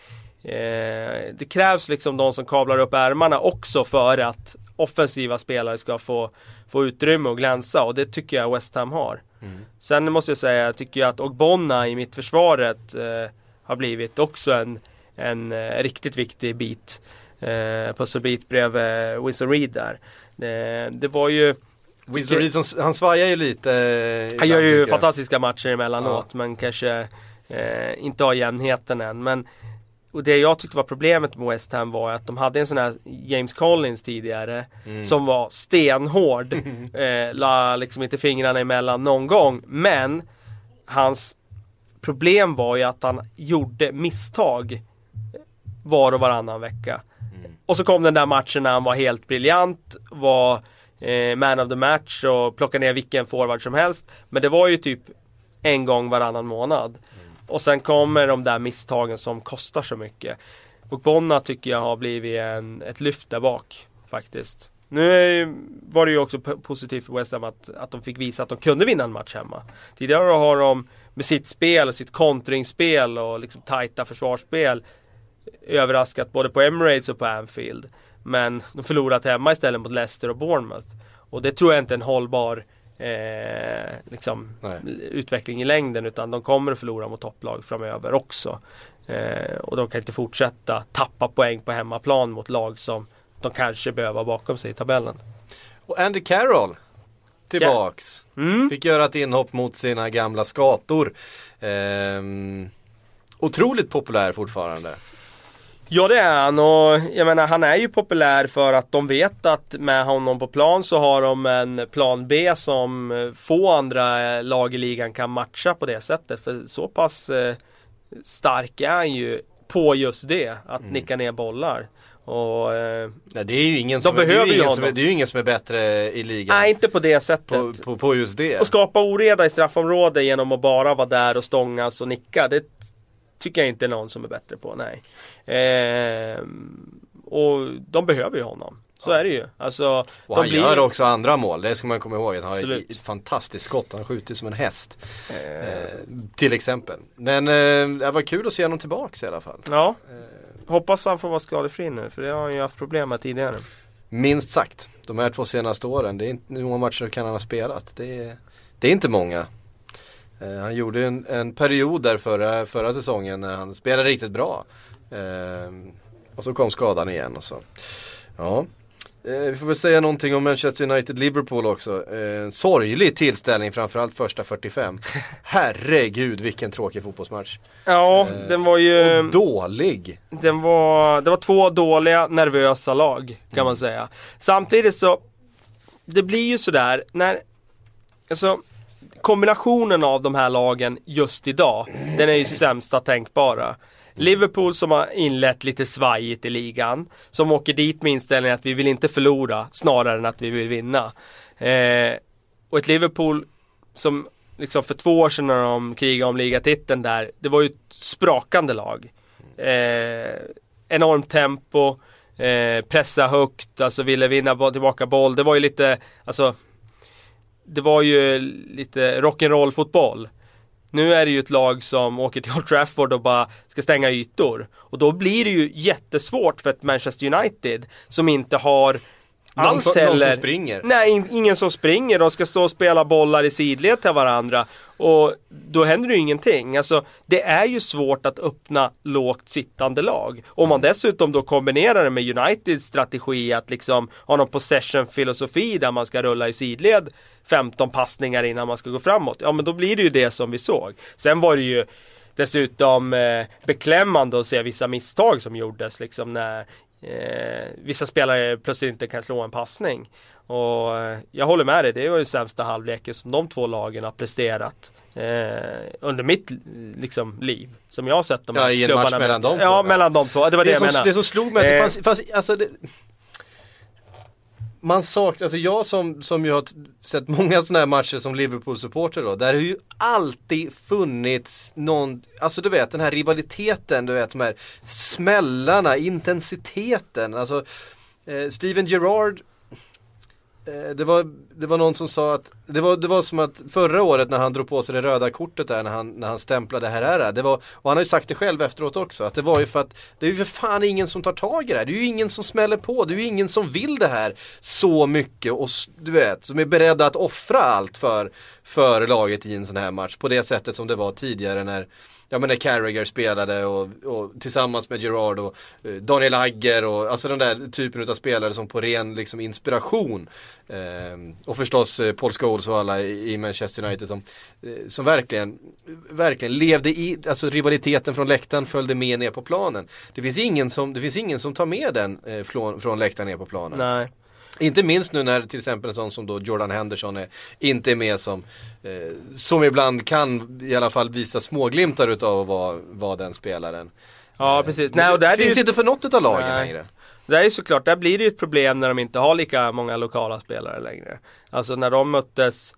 det krävs liksom de som kablar upp ärmarna också för att offensiva spelare ska få utrymme och glänsa, och det tycker jag West Ham har. Sen måste jag säga, jag tycker att Ogbonna i mittförsvaret har blivit också en riktigt viktig bit, pusselbit bredvid Wilson Reed där. Det var ju Wilson Reed, han svajar ju lite. Han gör ju fantastiska matcher emellanåt, men kanske inte har jämnheten än. Men och det jag tyckte var problemet med West Ham var att de hade en sån här James Collins tidigare som var stenhård. La liksom inte fingrarna emellan någon gång. Men hans problem var ju att han gjorde misstag var och varannan vecka. Och så kom den där matchen när han var helt briljant, var man of the match och plockade ner vilken forward som helst. Men det var ju typ en gång varannan månad. Och sen kommer de där misstagen som kostar så mycket. Och Bonna tycker jag har blivit ett lyft där bak faktiskt. Nu var det ju också positivt för West Ham att de fick visa att de kunde vinna en match hemma. Tidigare har de med sitt spel och sitt kontringsspel och liksom tajta försvarsspel överraskat både på Emirates och på Anfield. Men de förlorat hemma istället mot Leicester och Bournemouth. Och det tror jag inte är en hållbar utveckling i längden, utan de kommer att förlora mot topplag framöver också. Och de kan inte fortsätta tappa poäng på hemmaplan mot lag som de kanske behöver bakom sig i tabellen. Och Andy Carroll tillbaks. Fick göra ett inhopp mot sina gamla skator. Otroligt populär fortfarande. Ja, det är han, och jag menar, han är ju populär för att de vet att med honom på plan så har de en plan B som få andra lag i ligan kan matcha på det sättet, för så pass stark är han ju på just det, att nicka ner bollar. Och nej, det är ju ingen som är ingen som är bättre i ligan. Nej, inte på det sättet. På just det. Och skapa oreda i straffområdet genom att bara vara där och stångas och nicka, det tycker jag inte någon som är bättre på, nej. Och de behöver ju honom. Så är det ju. Alltså, och han gör också andra mål, det ska man komma ihåg. Han har ett fantastiskt skott, han skjuter som en häst. Till exempel. Men det var kul att se honom tillbaks i alla fall. Ja. Hoppas han får vara skadefri nu, för det har han ju haft problem med tidigare. Minst sagt. De här 2 senaste åren, det är inte hur många matcher kan han ha spelat. Det är inte många. Han gjorde en period där förra säsongen när han spelade riktigt bra. Och så kom skadan igen och så. Ja. Vi får väl säga någonting om Manchester United-Liverpool också. Sorglig tillställning, framförallt första 45. Herregud, vilken tråkig fotbollsmatch. Ja, den var ju... Och dålig. Det var 2 dåliga, nervösa lag, kan man säga. Samtidigt så, det blir ju sådär, när... Alltså, kombinationen av de här lagen just idag, den är ju sämsta tänkbara. Liverpool som har inlett lite svajigt i ligan, som åker dit med inställningen att vi vill inte förlora snarare än att vi vill vinna. Och ett Liverpool som liksom för 2 år sedan när de krigade om ligatiteln där, det var ju ett sprakande lag. enormt tempo, pressa högt, alltså ville vinna tillbaka boll. Det var ju lite, alltså det var ju lite rock'n'roll fotboll. Nu är det ju ett lag som åker till Old Trafford och bara ska stänga ytor. Och då blir det ju jättesvårt för ett Manchester United som inte har någon som springer. Nej, ingen som springer. De ska stå och spela bollar i sidled till varandra. Och då händer ju ingenting. Alltså, det är ju svårt att öppna lågt sittande lag. Om man dessutom då kombinerar det med Uniteds strategi att liksom ha någon possession-filosofi där man ska rulla i sidled 15 passningar innan man ska gå framåt. Ja, men då blir det ju det som vi såg. Sen var det ju dessutom beklämmande att se vissa misstag som gjordes liksom när vissa spelare plötsligt inte kan slå en passning. Och jag håller med dig, det var ju sämsta halvleken som de två lagen har presterat under mitt liksom liv som jag har sett de här i en match mellan de två. Ja, mellan de två. Det var det jag menade. Det som slog mig att det fanns alltså man saknar, alltså jag som ju har sett många sådana här matcher som Liverpool-supporter då, där har ju alltid funnits någon, alltså du vet den här rivaliteten, du vet de här smällarna, intensiteten, alltså Steven Gerrard, det var någon som sa att det var som att förra året när han drog på sig det röda kortet där när han stämplade Herrera, det var, och han har ju sagt det själv efteråt också, att det var ju för att det är ju för fan ingen som tar tag i det här, det är ju ingen som smäller på, det är ju ingen som vill det här så mycket och du vet, som är beredda att offra allt för laget i en sån här match på det sättet som det var tidigare när Carragher spelade och tillsammans med Gerrard och Daniel Agger och alltså den där typen av spelare som på ren liksom inspiration och förstås Paul Scholes och alla i Manchester United som verkligen levde i, alltså rivaliteten från läktaren följde med ner på planen. Det finns ingen som tar med den från läktaren ner på planen. Nej. Inte minst nu när till exempel en sån som då Jordan Henderson inte är med som ibland kan i alla fall visa småglimtar utav att vara den spelaren. Ja, precis. Nej, och där finns inte för något utav lagen längre. Det är ju såklart, där blir det ju ett problem när de inte har lika många lokala spelare längre. Alltså när de möttes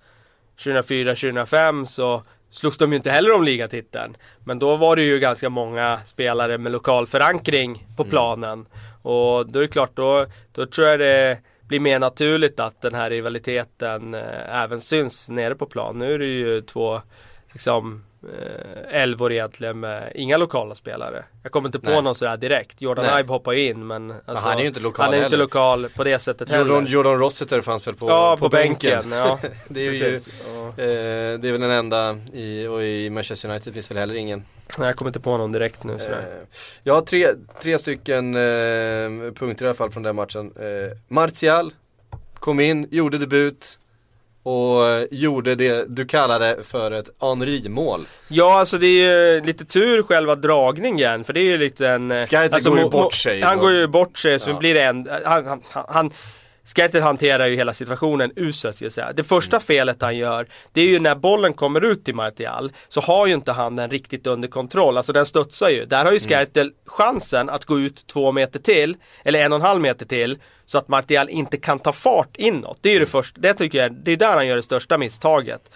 2004-2005 så slogs de ju inte heller om ligatiteln. Men då var det ju ganska många spelare med lokal förankring på planen. Och då är det klart, då tror jag det blir mer naturligt att den här rivaliteten även syns nere på plan. Nu är det ju två liksom älvor egentligen med inga lokala spelare. Jag kommer inte på någon sådär direkt. Jordan Ibe hoppar in, men alltså, han är ju inte lokal. Han är inte lokal på det sättet heller. Jordan Rossiter fanns väl på bänken. Ja, det är ju det är väl den enda och i Manchester United finns väl heller ingen. Nej, jag kommer inte på någon direkt nu. Jag har tre stycken punkter i alla fall från den matchen. Martial kom in, gjorde debut och gjorde det du kallade för ett Henry-mål. Ja, alltså det är ju lite tur själva dragningen, för det är ju lite en... Skertel går ju bort sig. Han går ju bort sig, så blir det han Skertel hanterar ju hela situationen uselt, ska jag säga. Det första felet han gör, det är ju när bollen kommer ut till Martial, så har ju inte han den riktigt under kontroll. Alltså den studsar ju. Där har ju Skertel chansen att gå ut 2 meter till, eller 1,5 meter till, så att Martial inte kan ta fart inåt. Det är ju det första, det tycker jag, det är där han gör det största misstaget.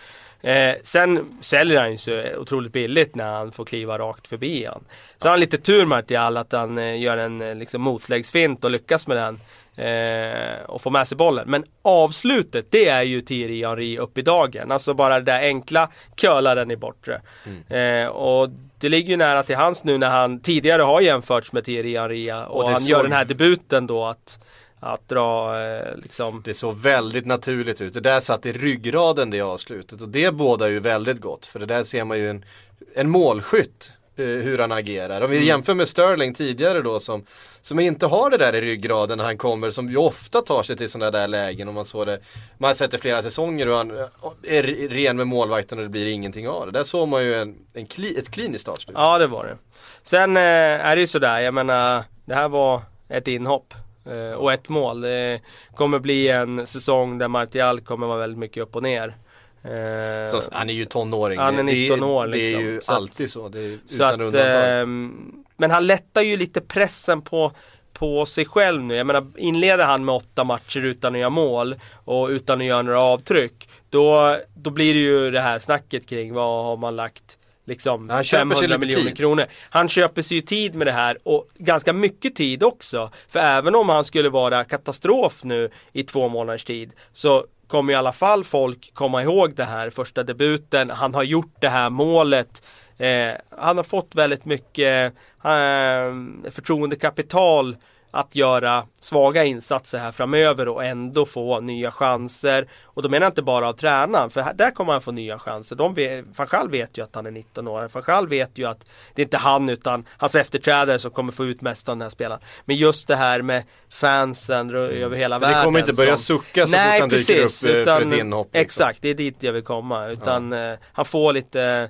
Sen säljer han ju så otroligt billigt när han får kliva rakt förbi han. Så har han lite tur Martial att han gör en liksom motläggsfint och lyckas med den. Och få med sig bollen. Men avslutet, det är ju Thierry Henry upp i dagen. Alltså bara det där enkla curlaren i bortre. Och det ligger ju nära till hans nu när han tidigare har jämförts med Thierry Henry. Och han gör den här debuten då att dra liksom... Det såg väldigt naturligt ut. Det där satt i ryggraden det avslutet. Och det bådar ju väldigt gott. För det där ser man ju en målskytt hur han agerar. Om vi jämför med Sterling tidigare då som inte har det där i ryggraden när han kommer, som ju ofta tar sig till sådana där lägen, och man har sett det flera säsonger och han är ren med målvakten och det blir ingenting av det. Där såg man ju ett kliniskt avslut. Ja, det var det. Sen är det ju sådär, jag menar, det här var ett inhopp och ett mål. Det kommer bli en säsong där Martial kommer vara väldigt mycket upp och ner. Så, han är ju tonåring. Han är 19 år liksom. Det är ju så alltid så. Det är utan undantag. Men han lättar ju lite pressen på sig själv nu. Jag menar, inleder han med 8 matcher utan att göra mål och utan att göra några avtryck, då blir det ju det här snacket kring vad har man lagt liksom 500 miljoner kronor. Han köper sig ju tid med det här och ganska mycket tid också. För även om han skulle vara katastrof nu i 2 månaders tid så kommer i alla fall folk komma ihåg det här första debuten. Han har gjort det här målet. Han har fått väldigt mycket förtroendekapital att göra svaga insatser här framöver och ändå få nya chanser. Och då menar jag inte bara av tränaren, för där kommer han få nya chanser. Van Gaal vet ju att han är 19 år. Van Gaal vet ju att det är inte han utan hans efterträdare som kommer få ut mest av den här spelaren. Men just det här med fansen över hela världen. Det kommer inte börja sucka så fort han dyker upp för ett inhopp. Liksom. Exakt, det är dit jag vill komma. Utan han får lite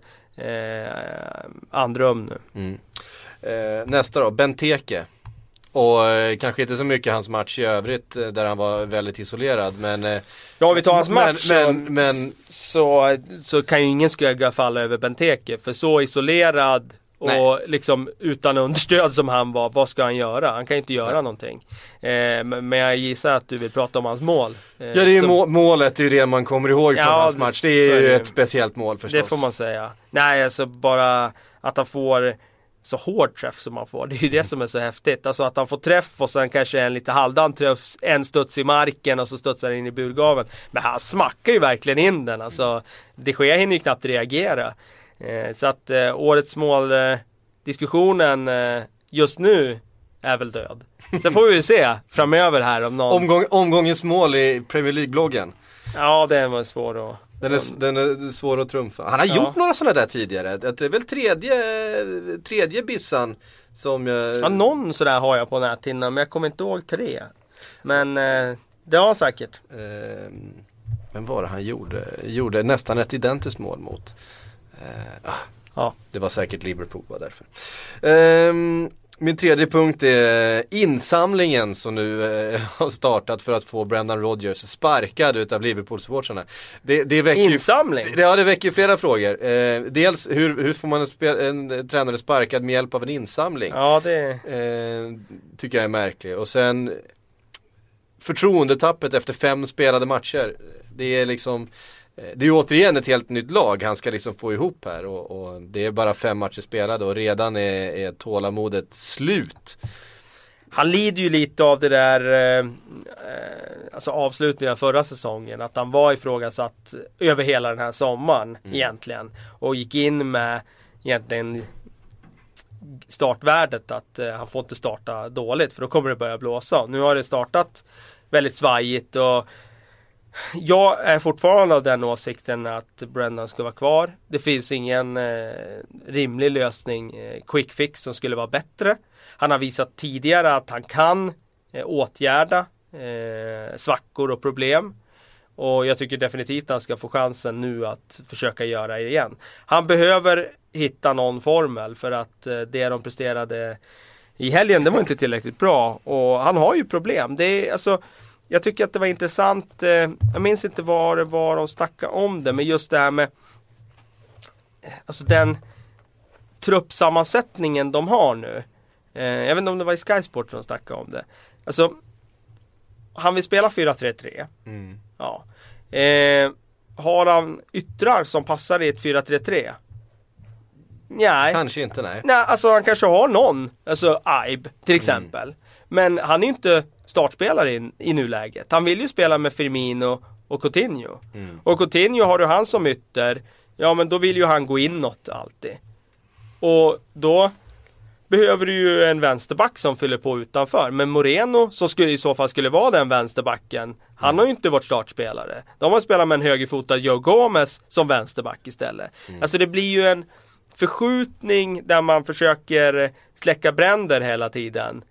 andrum nu. Nästa då, Benteke. Och kanske inte så mycket hans match i övrigt där han var väldigt isolerad. Men vi tar hans match så kan ju ingen skugga falla över Benteke. För så isolerad och liksom utan understöd som han var, vad ska han göra? Han kan ju inte göra någonting. Men jag gissar att du vill prata om hans mål. Ja, det är ju målet, det är ju det man kommer ihåg från hans match. Det är ju ett speciellt mål förstås. Det får man säga. Nej, alltså bara att han får så hård träff som man får. Det är ju det som är så häftigt. Alltså att han får träff och sen kanske en lite halvdan träff, en studs i marken och så studsar in i burgaveln. Men han smackar ju verkligen in den. Alltså, De Gea hinner ju knappt reagera. Så att årets mål-diskussionen just nu är väl död. Sen får vi ju se framöver här om någon... Omgångens mål i Premier League-bloggen. Ja, det var svår att... Den är svår att trumfa. Han har gjort några sådana där tidigare. Det är väl tredje bissan som jag... någon sådär har jag på näthinnan, men jag kommer inte ihåg 3. Men det har säkert. Men var det han gjorde nästan ett identiskt mål mot? Det var säkert Liverpool var därför. Min tredje punkt är insamlingen som nu har startat för att få Brendan Rodgers sparkad utav Liverpool-supportrarna. Insamling? Det väcker ju flera frågor. Dels hur får man en tränare sparkad med hjälp av en insamling? Ja, det tycker jag är märkligt. Och sen förtroendetappet efter 5 spelade matcher. Det är liksom... Det är ju återigen ett helt nytt lag han ska liksom få ihop här och det är bara 5 matcher spelade och redan är tålamodet slut. Han lider ju lite av det där alltså avslutningen av förra säsongen, att han var ifrågasatt över hela den här sommaren egentligen och gick in med egentligen startvärdet att han får inte starta dåligt för då kommer det börja blåsa. Nu har det startat väldigt svajigt och jag är fortfarande av den åsikten att Brendan ska vara kvar. Det finns ingen rimlig lösning, quick fix som skulle vara bättre. Han har visat tidigare att han kan åtgärda svackor och problem. Och jag tycker definitivt att han ska få chansen nu att försöka göra det igen. Han behöver hitta någon formel för att det de presterade i helgen, det var inte tillräckligt bra. Och han har ju problem. Det är alltså... Jag tycker att det var intressant, jag minns inte var de snackade om det, men just det här med alltså den truppsammansättningen de har nu. Jag vet inte om det var i Sky Sport som snackade om det. Alltså, han vill spela 4-3-3. Ja. Har han yttrar som passar i ett 4-3-3? Nej. Kanske inte, nej. Nej, alltså han kanske har någon, alltså Aib till exempel. Men han är ju inte startspelare i nuläget. Han vill ju spela med Firmino och Coutinho. Och Coutinho har du han som ytter. Ja, men då vill ju han gå inåt alltid. Och då behöver du ju en vänsterback som fyller på utanför. Men Moreno, som i så fall skulle vara den vänsterbacken, han har ju inte varit startspelare. De har spelat med en högerfotad Joe Gomez som vänsterback istället. Alltså det blir ju en förskjutning där man försöker släcka bränder hela tiden.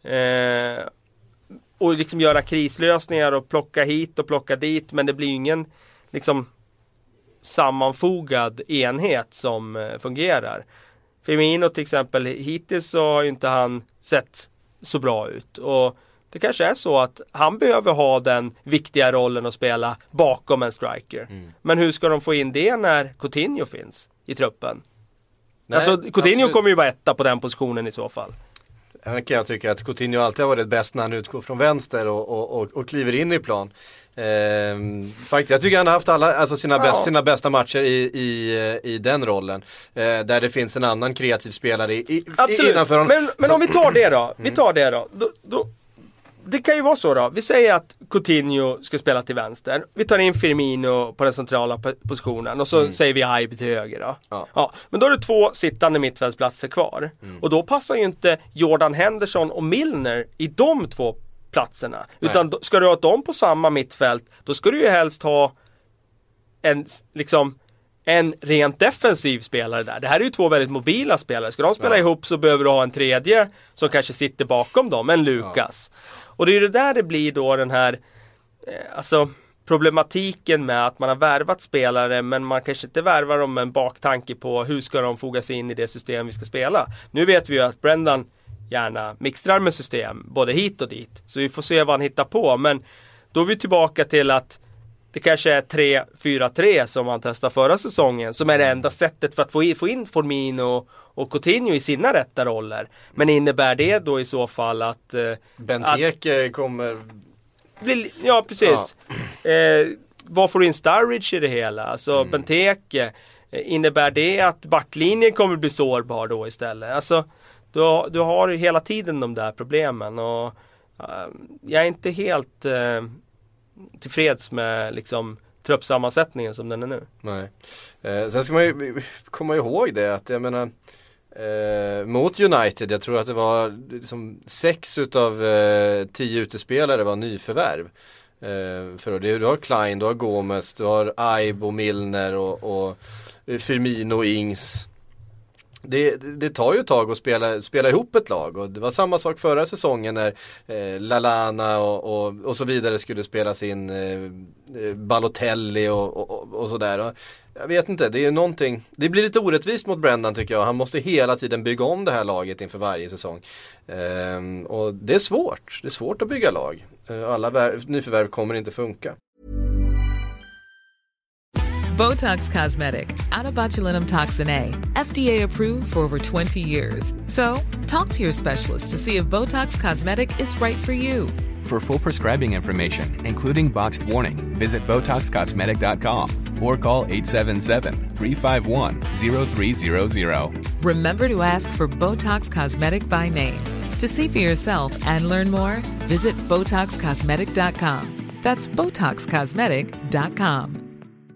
Och liksom göra krislösningar och plocka hit och plocka dit, men det blir ju ingen liksom sammanfogad enhet som fungerar. Firmino till exempel, hittills så har ju inte han sett så bra ut och det kanske är så att han behöver ha den viktiga rollen att spela bakom en striker. Men hur ska de få in det när Coutinho finns i truppen? Nej, alltså Coutinho kommer ju vara etta på den positionen i så fall. Här kan jag tycka att Coutinho alltid har varit bäst när han utgår från vänster och kliver in i plan. Faktiskt, jag tycker han har haft alla, alltså sina bästa matcher i den rollen. Där det finns en annan kreativ spelare innanför honom. Men om vi tar det då. Det kan ju vara så då. Vi säger att Coutinho ska spela till vänster. Vi tar in Firmino på den centrala positionen. Och så säger vi Ibe till höger då. Ja. Men då är det 2 sittande mittfältsplatser kvar. Och då passar ju inte Jordan Henderson och Milner i de 2 platserna. Nej. Utan ska du ha dem på samma mittfält, då ska du ju helst ha en rent defensiv spelare där. Det här är ju 2 väldigt mobila spelare. Ska de spela ihop så behöver du ha en tredje som kanske sitter bakom dem, en Lucas. Och det är ju det där det blir då den här problematiken med att man har värvat spelare men man kanske inte värvar dem med en baktanke på hur ska de foga sig in i det system vi ska spela. Nu vet vi ju att Brendan gärna mixtrar med system både hit och dit. Så vi får se vad han hittar på. Men då är vi tillbaka till att det kanske är 3-4-3 som han testade förra säsongen. Som är det enda sättet för att få in Firmino och Coutinho i sina rätta roller. Men innebär det då i så fall att Benteke kommer... Ja, precis. Vad får du in Sturridge i det hela? Alltså Benteke, innebär det att backlinjen kommer bli sårbar då istället? Alltså, du har hela tiden de där problemen och jag är inte helt tillfreds med liksom truppsammansättningen som den är nu. Nej. Sen ska man ju komma ihåg det att jag menar mot United, jag tror att det var liksom 6 utav 10 utespelare var nyförvärv. För du har Klein, du har Gomez, du har Ibe och Milner och Firmino och Ings. Det tar ju ett tag att spela ihop ett lag och det var samma sak förra säsongen när Lallana och så vidare skulle spelas in, Balotelli och sådär. Jag vet inte, det är någonting, det blir lite orättvist mot Brendan tycker jag. Han måste hela tiden bygga om det här laget inför varje säsong. Och det är svårt att bygga lag. Alla nyförvärv kommer inte funka. Botox Cosmetic, out of botulinum toxin A, FDA approved for over 20 years. So, talk to your specialist to see if Botox Cosmetic is right for you. For full prescribing information, including boxed warning, visit BotoxCosmetic.com or call 877-351-0300. Remember to ask for Botox Cosmetic by name. To see for yourself and learn more, visit BotoxCosmetic.com. That's BotoxCosmetic.com.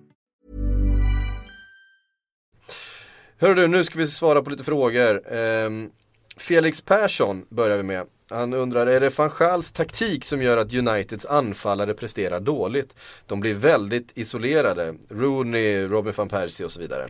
Hör du, nu ska vi svara på lite frågor. Felix Persson börjar vi med. Han undrar, är det Van Gaals taktik som gör att Uniteds anfallare presterar dåligt? De blir väldigt isolerade. Rooney, Robin van Persie och så vidare.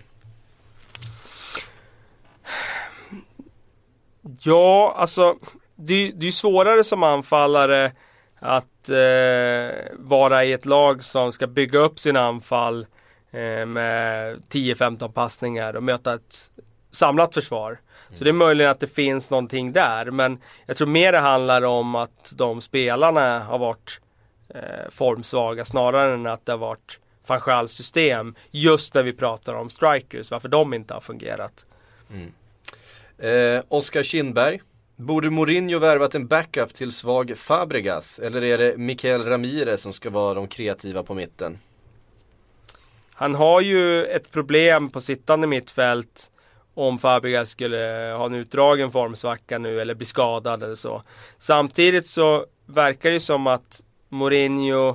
Ja, alltså det är svårare som anfallare att vara i ett lag som ska bygga upp sin anfall med 10-15 passningar och möta ett samlat försvar. Så det är möjligt att det finns någonting där, men jag tror mer det handlar om att de spelarna har varit formsvaga snarare än att det har varit Van Gaals system just när vi pratar om strikers, varför de inte har fungerat. Oskar Kindberg, borde Mourinho värvat en backup till svag Fabregas eller är det Mikael Ramirez som ska vara de kreativa på mitten? Han har ju ett problem på sittande mittfält om Fabregas skulle ha en utdragen formsvacka nu eller bli skadad eller så. Samtidigt så verkar det som att Mourinho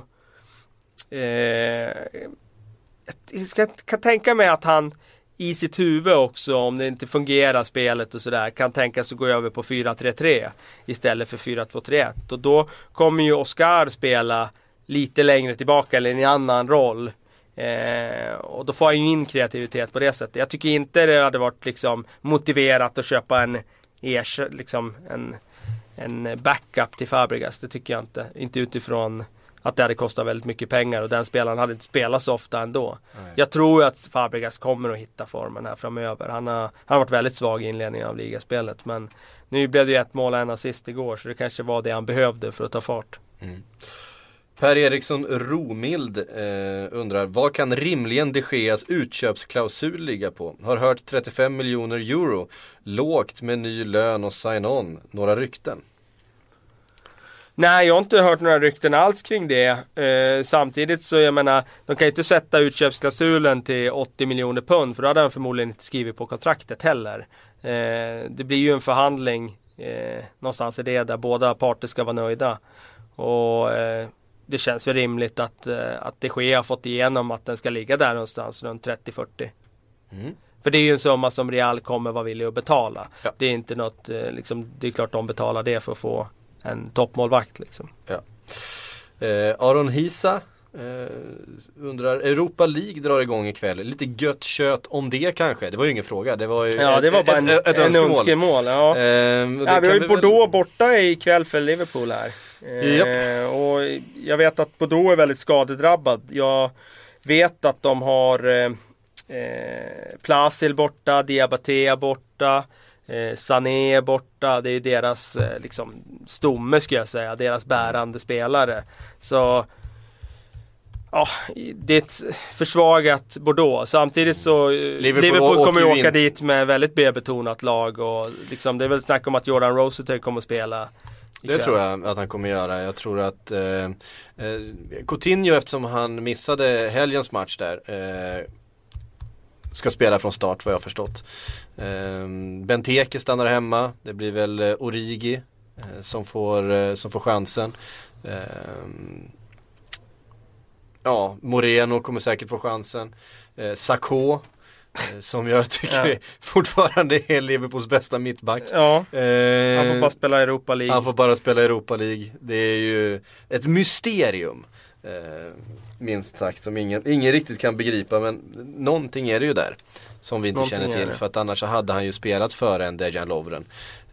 kan tänka mig att han i sitt huvud också, om det inte fungerar spelet och sådär, kan tänka sig att gå över på 4-3-3 istället för 4-2-3-1. Och då kommer ju Oscar spela lite längre tillbaka eller i en annan roll. Och då får han ju in kreativitet på det sättet. Jag tycker inte det hade varit liksom motiverat att köpa en backup till Fabregas. Det tycker jag inte utifrån att det hade kostat väldigt mycket pengar och den spelaren hade inte spelat så ofta ändå. Nej. Jag tror att Fabregas kommer att hitta formen här framöver. Han har varit väldigt svag i inledningen av ligaspelet, men nu blev det ju 1 mål och 1 assist igår, så det kanske var det han behövde för att ta fart. Per Eriksson Romild undrar, vad kan rimligen De Geas utköpsklausul ligga på? Har hört 35 miljoner euro, lågt med ny lön och sign-on. Några rykten? Nej, jag har inte hört några rykten alls kring det. Samtidigt så, jag menar, de kan ju inte sätta utköpsklausulen till 80 miljoner pund, för då hade han förmodligen inte skrivit på kontraktet heller. Det blir ju en förhandling någonstans i det där båda parter ska vara nöjda. Och det känns väl rimligt att De Gea har fått igenom att den ska ligga där någonstans runt 30-40. För det är ju en summa som Real kommer vara villig att betala. Ja. Det är inte något, liksom, det är klart de betalar det för att få en toppmålvakt liksom. Ja. Aron Hisa undrar, Europa League drar igång ikväll. Lite gött kött om det kanske. Det var ju ingen fråga. Det var ju det var bara ett önskemål. Ja. Vi har ju Bordeaux borta ikväll för Liverpool här. Och jag vet att Bordeaux är väldigt skadedrabbad. Jag vet att de har Plasil borta, Diabaté borta, Sané borta. Det är deras liksom stomme, skulle jag säga, deras bärande spelare. Så ja, det är ett försvagat Bordeaux. Samtidigt så Liverpool kommer ju åka dit med väldigt B-betonat lag, och liksom, det är väl snack om att Jordan Rossiter kommer att spela ikväll. Det tror jag att han kommer göra. Jag tror att Coutinho, eftersom han missade helgens match där, ska spela från start, vad jag har förstått. Benteke stannar hemma. Det blir väl Origi som får chansen. Ja, Moreno kommer säkert få chansen. Sakho, som jag tycker fortfarande är Liverpools bästa mittback. Ja, han får bara spela Europa League. Han får bara spela Europa League. Det är ju ett mysterium, minst sagt, som ingen riktigt kan begripa. Men någonting är det ju där som vi inte känner till. För att annars hade han ju spelat före en Dejan Lovren.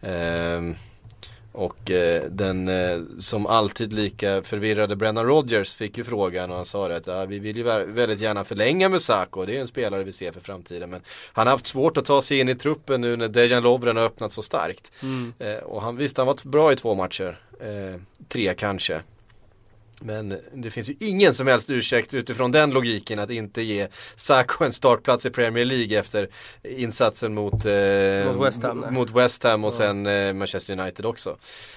Och den som alltid lika förvirrade Brendan Rodgers fick ju frågan, och han sa att vi vill ju väldigt gärna förlänga med Sakho, det är en spelare vi ser för framtiden, men han har haft svårt att ta sig in i truppen nu när Dejan Lovren har öppnat så starkt. Och han har varit bra i 2 matcher, 3 kanske. Men det finns ju ingen som helst ursäkt utifrån den logiken att inte ge Sakho en startplats i Premier League efter insatsen mot West Ham och sen Manchester United också.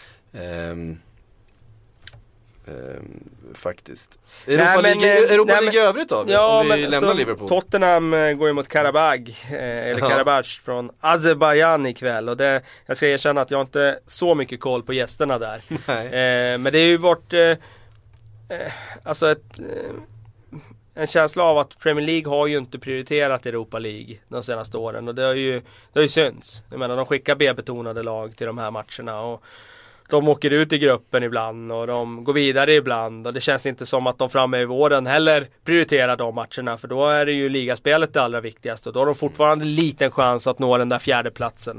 Faktiskt. Europa League i övrigt då? Ja, om vi lämnar Liverpool. Tottenham går ju mot Karabag från Azerbaijan ikväll, och jag ska erkänna att jag inte har så mycket koll på gästerna där. Men det är ju en känsla av att Premier League har ju inte prioriterat Europa League de senaste åren, och det har ju syns. Jag menar, de skickar B-betonade lag till de här matcherna, och de åker ut i gruppen ibland och de går vidare ibland, och det känns inte som att de framme i våren heller prioriterar de matcherna, för då är det ju ligaspelet det allra viktigaste, och då har de fortfarande liten chans att nå den där 4:e platsen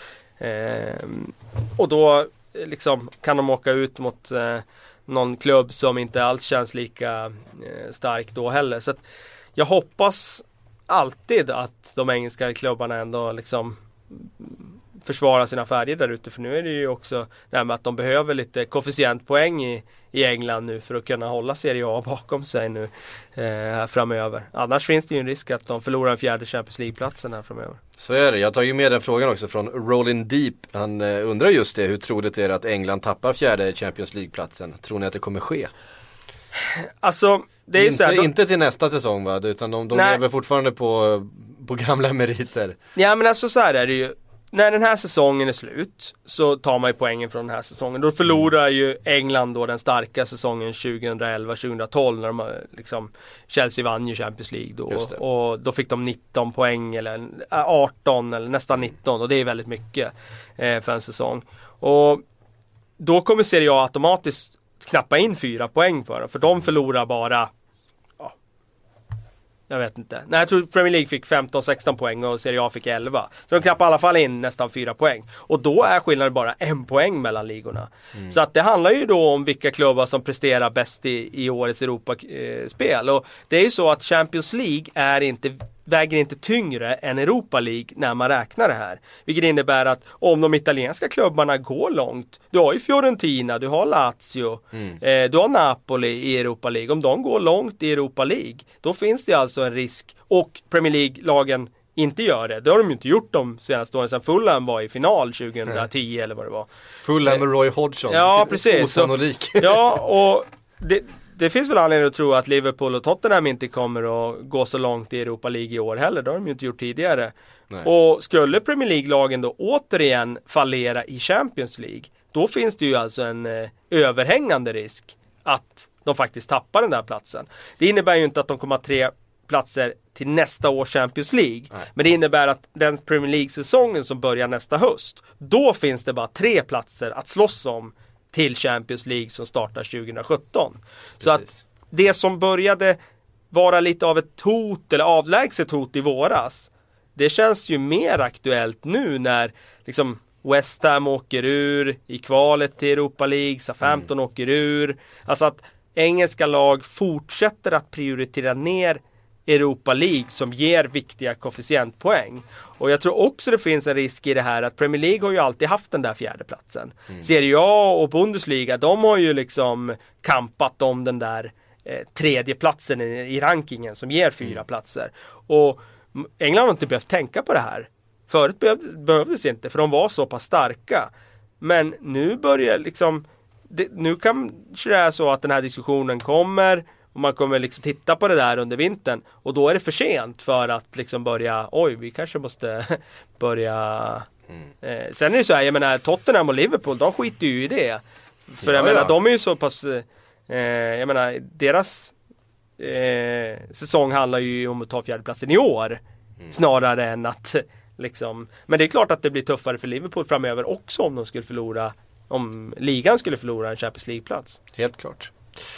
och då liksom kan de åka ut mot någon klubb som inte alls känns lika stark då heller. Så att jag hoppas alltid att de engelska klubbarna ändå liksom försvara sina färger där ute, för nu är det ju också det här med att de behöver lite koefficientpoäng i England nu för att kunna hålla Serie A bakom sig nu här framöver. Annars finns det ju en risk att de förlorar en 4:e Champions League-platsen här framöver. Så är det. Jag tar ju med den frågan också från Rolling Deep. Han undrar just det, hur troligt är det att England tappar 4:e Champions League-platsen? Tror ni att det kommer ske? Alltså, det är inte, så här, inte till nästa säsong, va? Utan de lever fortfarande på gamla meriter. Ja, men alltså så här är det ju. När den här säsongen är slut så tar man ju poängen från den här säsongen. Då förlorar ju England då den starka säsongen 2011-2012 när de liksom, Chelsea vann ju Champions League då, och då fick de 19 poäng eller 18 eller nästan 19, och det är väldigt mycket för en säsong. Och då kommer Serie A automatiskt knappa in 4 poäng för dem, för de förlorar bara, jag vet inte. Nej, jag tror Premier League fick 15-16 poäng och Serie A fick 11. Så de knappar i alla fall in nästan 4 poäng. Och då är skillnaden bara 1 poäng mellan ligorna. Så att det handlar ju då om vilka klubbar som presterar bäst i årets Europaspel. Och det är ju så att Champions League är inte väger inte tyngre än Europa League när man räknar det här. Vilket innebär att om de italienska klubbarna går långt, du har ju Fiorentina, du har Lazio, du har Napoli i Europa League. Om de går långt i Europa League, då finns det alltså en risk, och Premier League-lagen inte gör det. Det har de ju inte gjort de senaste åren sedan Fulham var i final 2010 eller vad det var. Fulham med Roy Hodgson. Ja, precis. Osannolik. Ja, och det finns väl anledning att tro att Liverpool och Tottenham inte kommer att gå så långt i Europa League i år heller. Det har de ju inte gjort tidigare. Nej. Och skulle Premier League-lagen då återigen fallera i Champions League, då finns det ju alltså en överhängande risk att de faktiskt tappar den där platsen. Det innebär ju inte att de kommer att ha 3 platser till nästa års Champions League. Nej. Men det innebär att den Premier League-säsongen som börjar nästa höst, då finns det bara 3 platser att slåss om till Champions League som startar 2017. Precis. Så att det som började vara lite av ett hot eller avlägset hot i våras, det känns ju mer aktuellt nu när liksom West Ham åker ur i kvalet till Europa League, Southampton åker ur. Alltså att engelska lag fortsätter att prioritera ner Europa League som ger viktiga koefficientpoäng. Och jag tror också det finns en risk i det här att Premier League har ju alltid haft den där 4:e platsen. Serie A och Bundesliga, de har ju liksom kampat om den där 3:e platsen i rankingen som ger 4 platser. Och England har inte behövt tänka på det här. Förut behövdes inte, för de var så pass starka. Men nu börjar liksom nu kanske det är så att den här diskussionen kommer och man kommer liksom titta på det där under vintern, och då är det för sent för att liksom börja, vi kanske måste börja sen är det så här, jag menar Tottenham och Liverpool, de skiter ju i det. För jag menar, de är ju så pass jag menar, deras säsong handlar ju om att ta 4:e platsen i år snarare än att liksom, men det är klart att det blir tuffare för Liverpool framöver också om ligan skulle förlora en Champions League-plats. Helt klart.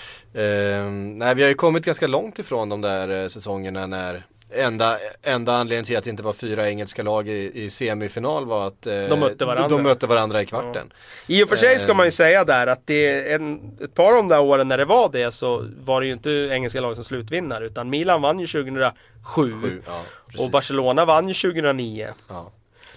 Nej, vi har ju kommit ganska långt ifrån de där säsongerna när enda anledningen till att det inte var 4 engelska lag i semifinal var att de mötte varandra i kvarten. Ja. I och för sig ska man ju säga där att det ett par av de där åren när det var det, så var det ju inte engelska lag som slutvinnare, utan Milan vann ju 2007 och Barcelona vann ju 2009. Ja.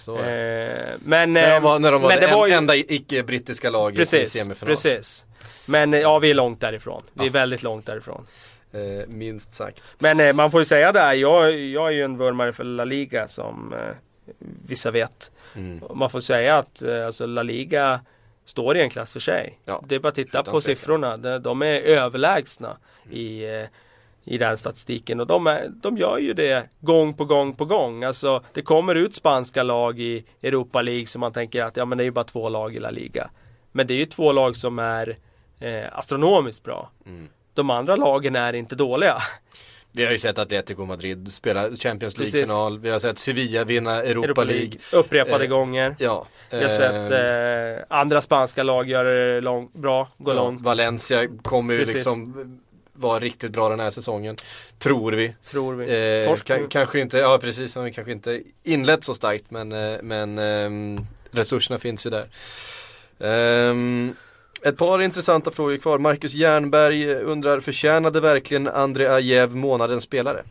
När de var det enda icke-brittiska laget i semifinal. Precis. Men vi är långt därifrån. Vi är väldigt långt därifrån. Minst sagt. Men man får ju säga det, jag är ju en vurmare för La Liga som vissa vet. Man får säga att alltså La Liga står i en klass för sig. Ja, det är bara att titta på siffrorna. De är överlägsna i den statistiken, och de gör ju det gång på gång på gång. Alltså det kommer ut spanska lag i Europa League som man tänker att men det är ju bara 2 lag i La Liga. Men det är ju 2 lag som är astronomiskt bra. De andra lagen är inte dåliga. Vi har ju sett Atletico Madrid spela Champions League-final. Vi har sett Sevilla vinna Europa League. Upprepade gånger. Ja. Vi har sett andra spanska lag göra det bra, gå långt. Valencia kommer ju liksom vara riktigt bra den här säsongen. Tror vi. Kanske inte, ja precis, har vi kanske inte inlett så starkt, men resurserna finns ju där. Ett par intressanta frågor kvar. Marcus Jernberg undrar, förtjänade verkligen André Ajev månadens spelare?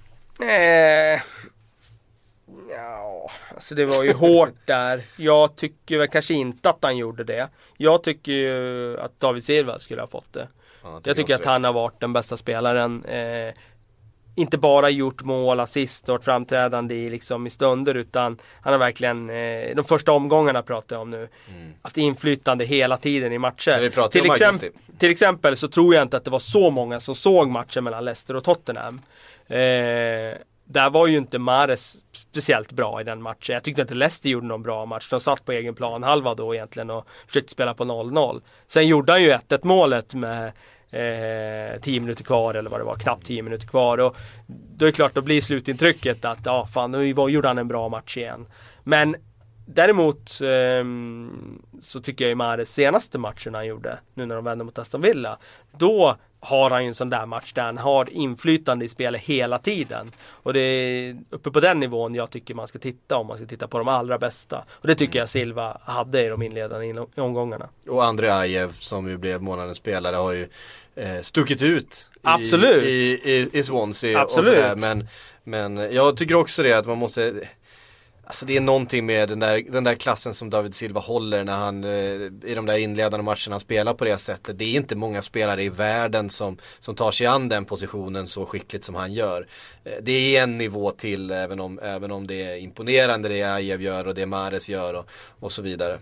Alltså det var ju hårt där. Jag tycker väl kanske inte att han gjorde det. Jag tycker ju att David Silva skulle ha fått det. Jag tycker att han har varit den bästa spelaren. Inte bara gjort mål, assist och framträdande i stunder, utan han har verkligen de första omgångarna pratar jag om nu, haft inflytande hela tiden i matcher. Till exempel så tror jag inte att det var så många som såg matchen mellan Leicester och Tottenham. Där var ju inte Mahrez speciellt bra i den matchen. Jag tyckte inte Leicester gjorde någon bra match. De satt på egen plan halva då egentligen och försökte spela på 0-0. Sen gjorde han ju 1-1 målet med 10 minuter kvar, eller vad det var, knappt 10 minuter kvar, och då är det klart, då blir slutintrycket att nu gjorde han en bra match igen. Men däremot så tycker jag ju Mahrez senaste matchen han gjorde, nu när de vände mot Aston Villa, då har han ju en sån där match där han har inflytande i spelet hela tiden, och det är uppe på den nivån jag tycker man ska titta, om man ska titta på de allra bästa, och det tycker jag Silva hade i de inledande omgångarna. Och André Ajev, som ju blev månadens spelare, har ju stuckit ut Absolut. i Swansea. Absolut. Och sådär, Men jag tycker också det att man måste, alltså det är någonting med den där klassen som David Silva håller när han i de där inledande matcherna spelar på det sättet. Det är inte många spelare i världen som tar sig an den positionen så skickligt som han gör. Det är en nivå till även om det är imponerande det Ajev gör och det Mahrez gör och så vidare.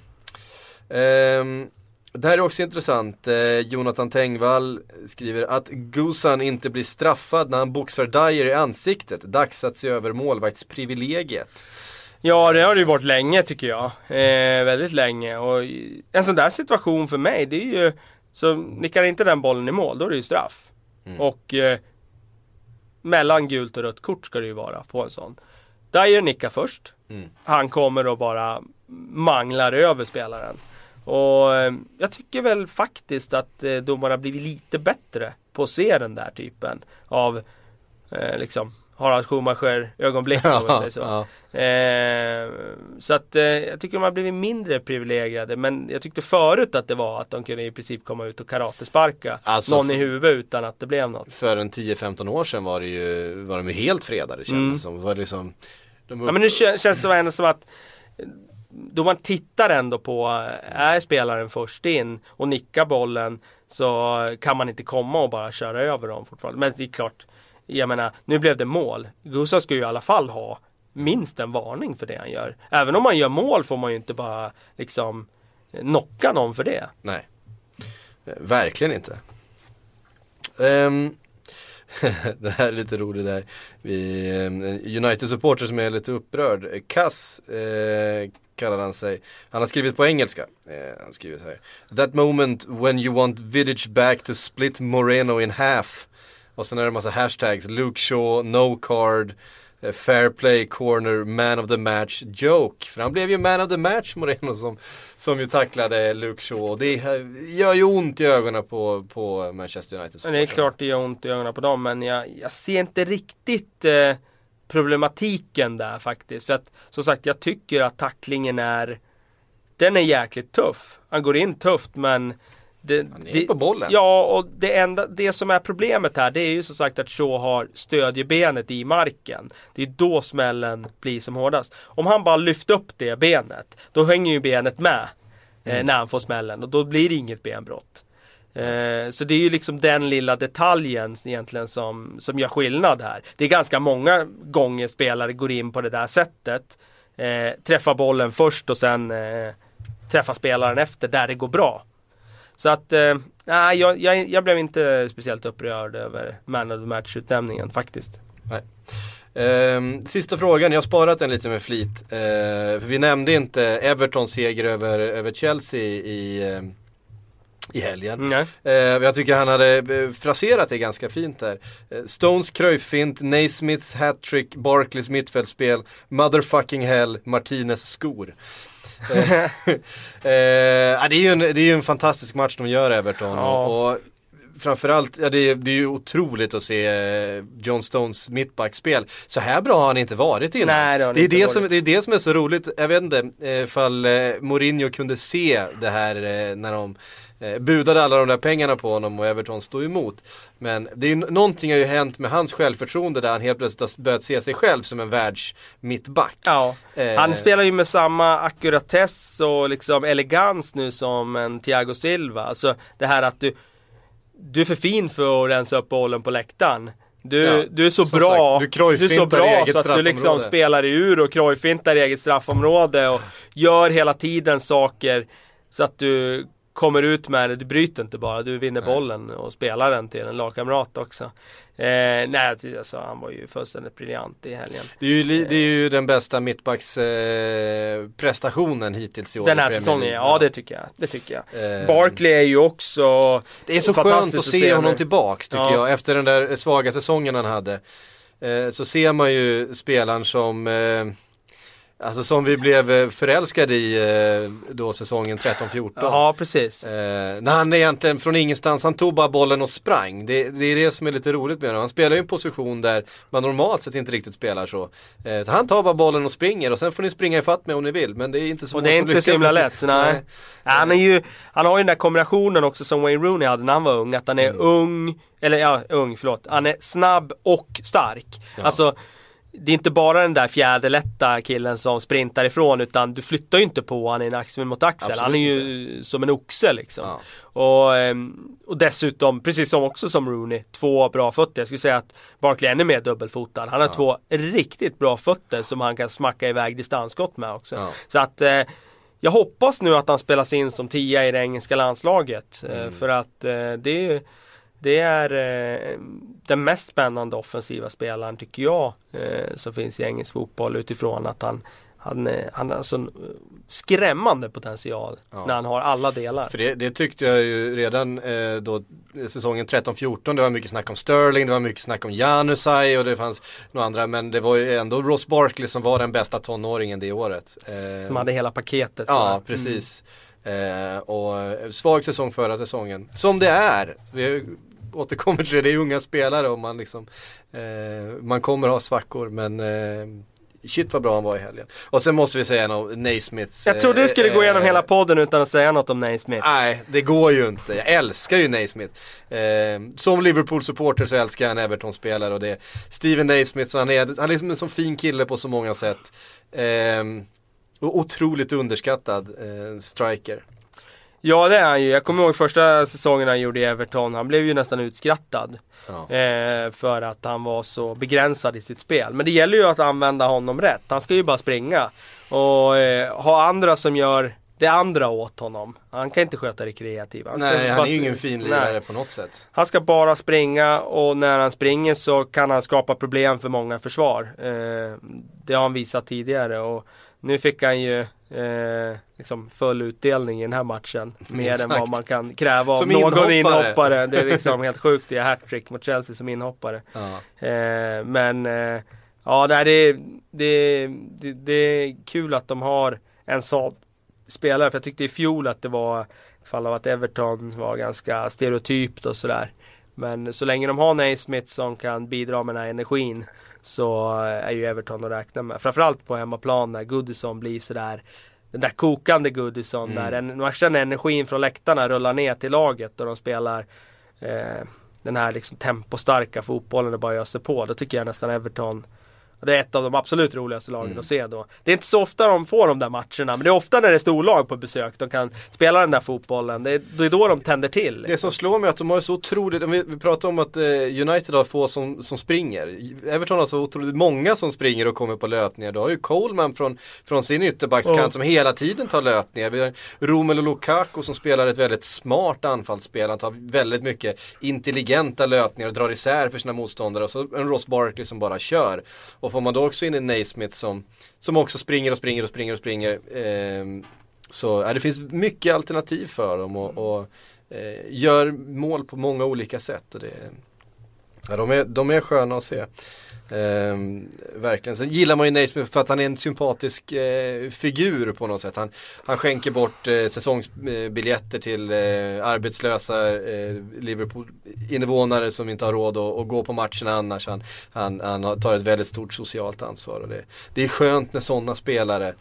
Det här är också intressant. Jonathan Tengvall skriver att Gusan inte blir straffad när han boxar Dyer i ansiktet. Dags att se över målvaktsprivilegiet. Ja, det har det ju varit länge tycker jag. Väldigt länge. Och en sån där situation för mig, det är ju, så nickar inte den bollen i mål, då är det ju straff. Och mellan gult och rött kort ska det ju vara på en sån. Dyer nickar först. Han kommer och bara manglar över spelaren. Och jag tycker väl faktiskt att domarna blivit lite bättre på att se den där typen av liksom Harald Schumacher ögonblick om man säger så. Ja. Så att jag tycker de har blivit mindre privilegierade, men jag tyckte förut att det var att de kunde i princip komma ut och karatesparka någon i huvudet utan att det blev något. För en 10-15 år sedan var de ju helt fredade kändes som. Var liksom, ja, men det känns så ändå som att då man tittar ändå på är spelaren först in och nickar bollen, så kan man inte komma och bara köra över dem fortfarande. Men det är klart, jag menar, nu blev det mål. Gusa ska ju i alla fall ha minst en varning för det han gör. Även om man gör mål får man ju inte bara liksom knocka någon för det. Nej, verkligen inte. Det här är lite roligt där. United-supporter som är lite upprörd. Kass kallar han sig. Han har skrivit på engelska. Han skriver så här: That moment when you want Vidic back to split Moreno in half. Och sen är det en massa hashtags. Luke Shaw, no card, fair play, corner, man of the match, joke. För han blev ju man of the match, Moreno, som ju tacklade Luke Shaw. Och det gör ju ont i ögonen på Manchester United. Men det är klart det gör ont i ögonen på dem. Men jag ser inte riktigt problematiken där faktiskt. För att som sagt, jag tycker att tacklingen den är jäkligt tuff. Han går in tufft, men han är på bollen. Ja, och det som är problemet här, det är ju som sagt att Shaw har stödjebenet i marken. Det är då smällen blir som hårdast. Om han bara lyfter upp det benet, då hänger ju benet med när han får smällen, och då blir det inget benbrott. Så det är ju liksom den lilla detaljen egentligen som gör skillnad här. Det är ganska många gånger spelare går in på det där sättet, träffar bollen först och sen träffar spelaren efter där det går bra. Så att jag blev inte speciellt upprörd över man of the match-utnämningen faktiskt. Nej. Sista frågan, jag har sparat den lite med flit. För vi nämnde inte Evertons seger över Chelsea i helgen. Jag tycker han hade fraserat det ganska fint där. Stones Cruyff-fint, Naismiths hattrick, Barclays mittfältspel, motherfucking hell, Martinez skor. Det är ju en fantastisk match de gör, Everton. Och framförallt, det är ju otroligt att se John Stones mittbackspel. Så här bra har han inte varit innan. Nej, det är det som är så roligt. Jag vet inte ifall Mourinho kunde se det här när de budade alla de där pengarna på honom och Everton stod emot. Men det är ju någonting har ju hänt med hans självförtroende där han helt plötsligt har börjat se sig själv som en världsmittback. Ja, han spelar ju med samma ackuratess och liksom elegans nu som en Thiago Silva. Alltså det här att du är för fin för att rensa upp bollen på läktaren. Du är så bra, sagt, du är så bra så att du liksom spelar i ur och krojfintar i eget straffområde och gör hela tiden saker så att du kommer ut med det, du bryter inte bara, du vinner bollen och spelar den till en lagkamrat också. Nej, alltså, han var ju fullständigt briljant i helgen. Det är ju den bästa mittbacks prestationen hittills i år. Den här säsongen, ja det tycker jag. Barkley är ju också, det är så skönt att se honom tillbaks tycker jag. Efter den där svaga säsongen han hade. Så ser man ju spelaren som vi blev förälskade i då säsongen 13-14. Ja, precis. När han egentligen från ingenstans, han tog bara bollen och sprang. Det är det som är lite roligt med honom. Han spelar ju en position där man normalt sett inte riktigt spelar så. Han tar bara bollen och springer och sen får ni springa ifatt med om ni vill. Men det är inte så. Och det är inte så himla lätt. Nej. Han har ju den där kombinationen också som Wayne Rooney hade när han var ung. Att han är ung, han är snabb och stark. Ja. Alltså det är inte bara den där fjäderlätta killen som sprintar ifrån, utan du flyttar ju inte på han i en axel mot axel. Absolut, han är ju inte som en oxe liksom. Och dessutom, precis som Rooney, 2 bra fötter. Jag skulle säga att Barkley är ännu mer dubbelfotad. Han har 2 riktigt bra fötter som han kan smacka iväg distansskott med också. Så att jag hoppas nu att han spelas in som 10 i det engelska landslaget. För att det är den mest spännande offensiva spelaren, tycker jag, som finns i engelsk fotboll, utifrån att han har sån skrämmande potential när han har alla delar. För det tyckte jag ju redan då säsongen 13-14, det var mycket snack om Sterling, det var mycket snack om Januzaj och det fanns några andra, men det var ju ändå Ross Barkley som var den bästa tonåringen det året. Som hade hela paketet. Ja, precis. Och svag säsong förra säsongen. Som det är. Vi återkommer till det är unga spelare och man liksom man kommer ha svackor, men shit vad bra han var i helgen. Och sen måste vi säga något Naismiths. Jag trodde du skulle gå igenom hela podden utan att säga något om Naismith. Nej, det går ju inte. Jag älskar ju Naismith. Som Liverpool-supporter så älskar jag en Everton-spelare, och det är Steven Naismith. Så han är liksom en sån fin kille på så många sätt. Och otroligt underskattad striker. Ja, det är han ju. Jag kommer ihåg första säsongen han gjorde i Everton. Han blev ju nästan utskrattad. För att han var så begränsad i sitt spel. Men det gäller ju att använda honom rätt. Han ska ju bara springa. Och ha andra som gör det andra åt honom. Han kan inte sköta det kreativa. Han är ju ingen fin lirare på något sätt. Han ska bara springa, och när han springer så kan han skapa problem för många försvar. Det har han visat tidigare, och nu fick han ju liksom full utdelning i den här matchen. Mer än vad man kan kräva av någon inhoppare. Det är liksom helt sjukt. Det är hattrick mot Chelsea som inhoppare. Men ja, det är kul att de har en sån spelare. För jag tyckte i fjol att det var ett fall av att Everton var ganska stereotypt och sådär. Men så länge de har Naismith som kan bidra med den här energin, så är ju Everton att räkna med. Framförallt på hemmaplan när Goodison blir sådär, den där kokande Goodison där man känner energin från läktarna rullar ner till laget och de spelar den här liksom tempostarka fotbollen och bara gör sig på. Då tycker jag nästan Everton, och det är ett av de absolut roligaste lagen att se då. Det är inte så ofta de får de där matcherna, men det är ofta när det är storlag på besök de kan spela den där fotbollen. Det är då de tänder till. Det som slår mig är att de har så otroligt, vi pratar om att United har få som springer. Everton har så otroligt många som springer och kommer på löpningar. Då har ju Coleman från sin ytterbackskant som hela tiden tar löpningar. Vi har Romelu Lukaku som spelar ett väldigt smart anfallsspel. Han tar väldigt mycket intelligenta löpningar och drar isär för sina motståndare. Och så en Ross Barkley som bara kör. Och får man då också in en Naismith som också springer. Så det finns mycket alternativ för dem och gör mål på många olika sätt. Och de är sköna att se. Verkligen. Sen gillar man ju Naismith för att han är en sympatisk figur på något sätt. Han skänker bort säsongsbiljetter till arbetslösa Liverpool-invånare som inte har råd att gå på matcherna annars. Han tar ett väldigt stort socialt ansvar, och det är skönt när sådana spelare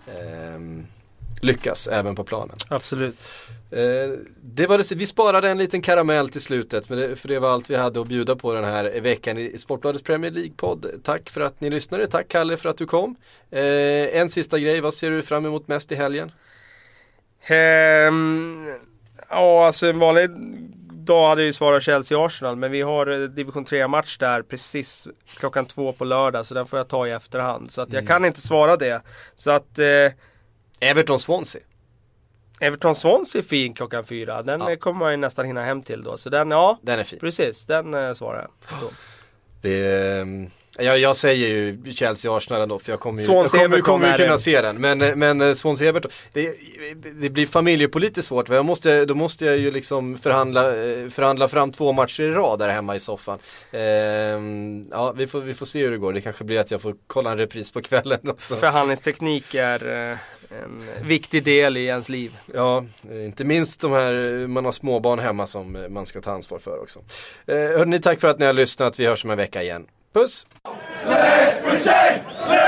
lyckas även på planen. Absolut. Det var det, vi sparade en liten karamell till slutet, för det var allt vi hade att bjuda på den här veckan i Sportbladets Premier League-podd. Tack för att ni lyssnade, tack Kalle för att du kom. En sista grej, vad ser du fram emot mest i helgen? Ja, alltså en vanlig dag hade jag ju svarat Chelsea-Arsenal, men vi har division 3-match där precis 2:00 på lördag, så den får jag ta i efterhand. Så att jag kan inte svara det. Så att Everton-Swansea är fin 4:00. Den kommer man ju nästan hinna hem till då. Så den är fin. Precis, den svarar jag då. Jag säger ju Chelsea-Arsenal ändå, för jag kommer ju kunna se den. Men Swansea-Everton, det blir familjepolitiskt svårt. Då måste jag ju liksom förhandla fram 2 matcher i rad där hemma i soffan. Vi får se hur det går. Det kanske blir att jag får kolla en repris på kvällen också. Förhandlingsteknik är en viktig del i ens liv. Ja, inte minst de här, man har småbarn hemma som man ska ta ansvar för också. Hörrni, tack för att ni har lyssnat. Vi hörs om en vecka igen. Puss! Let's pretend!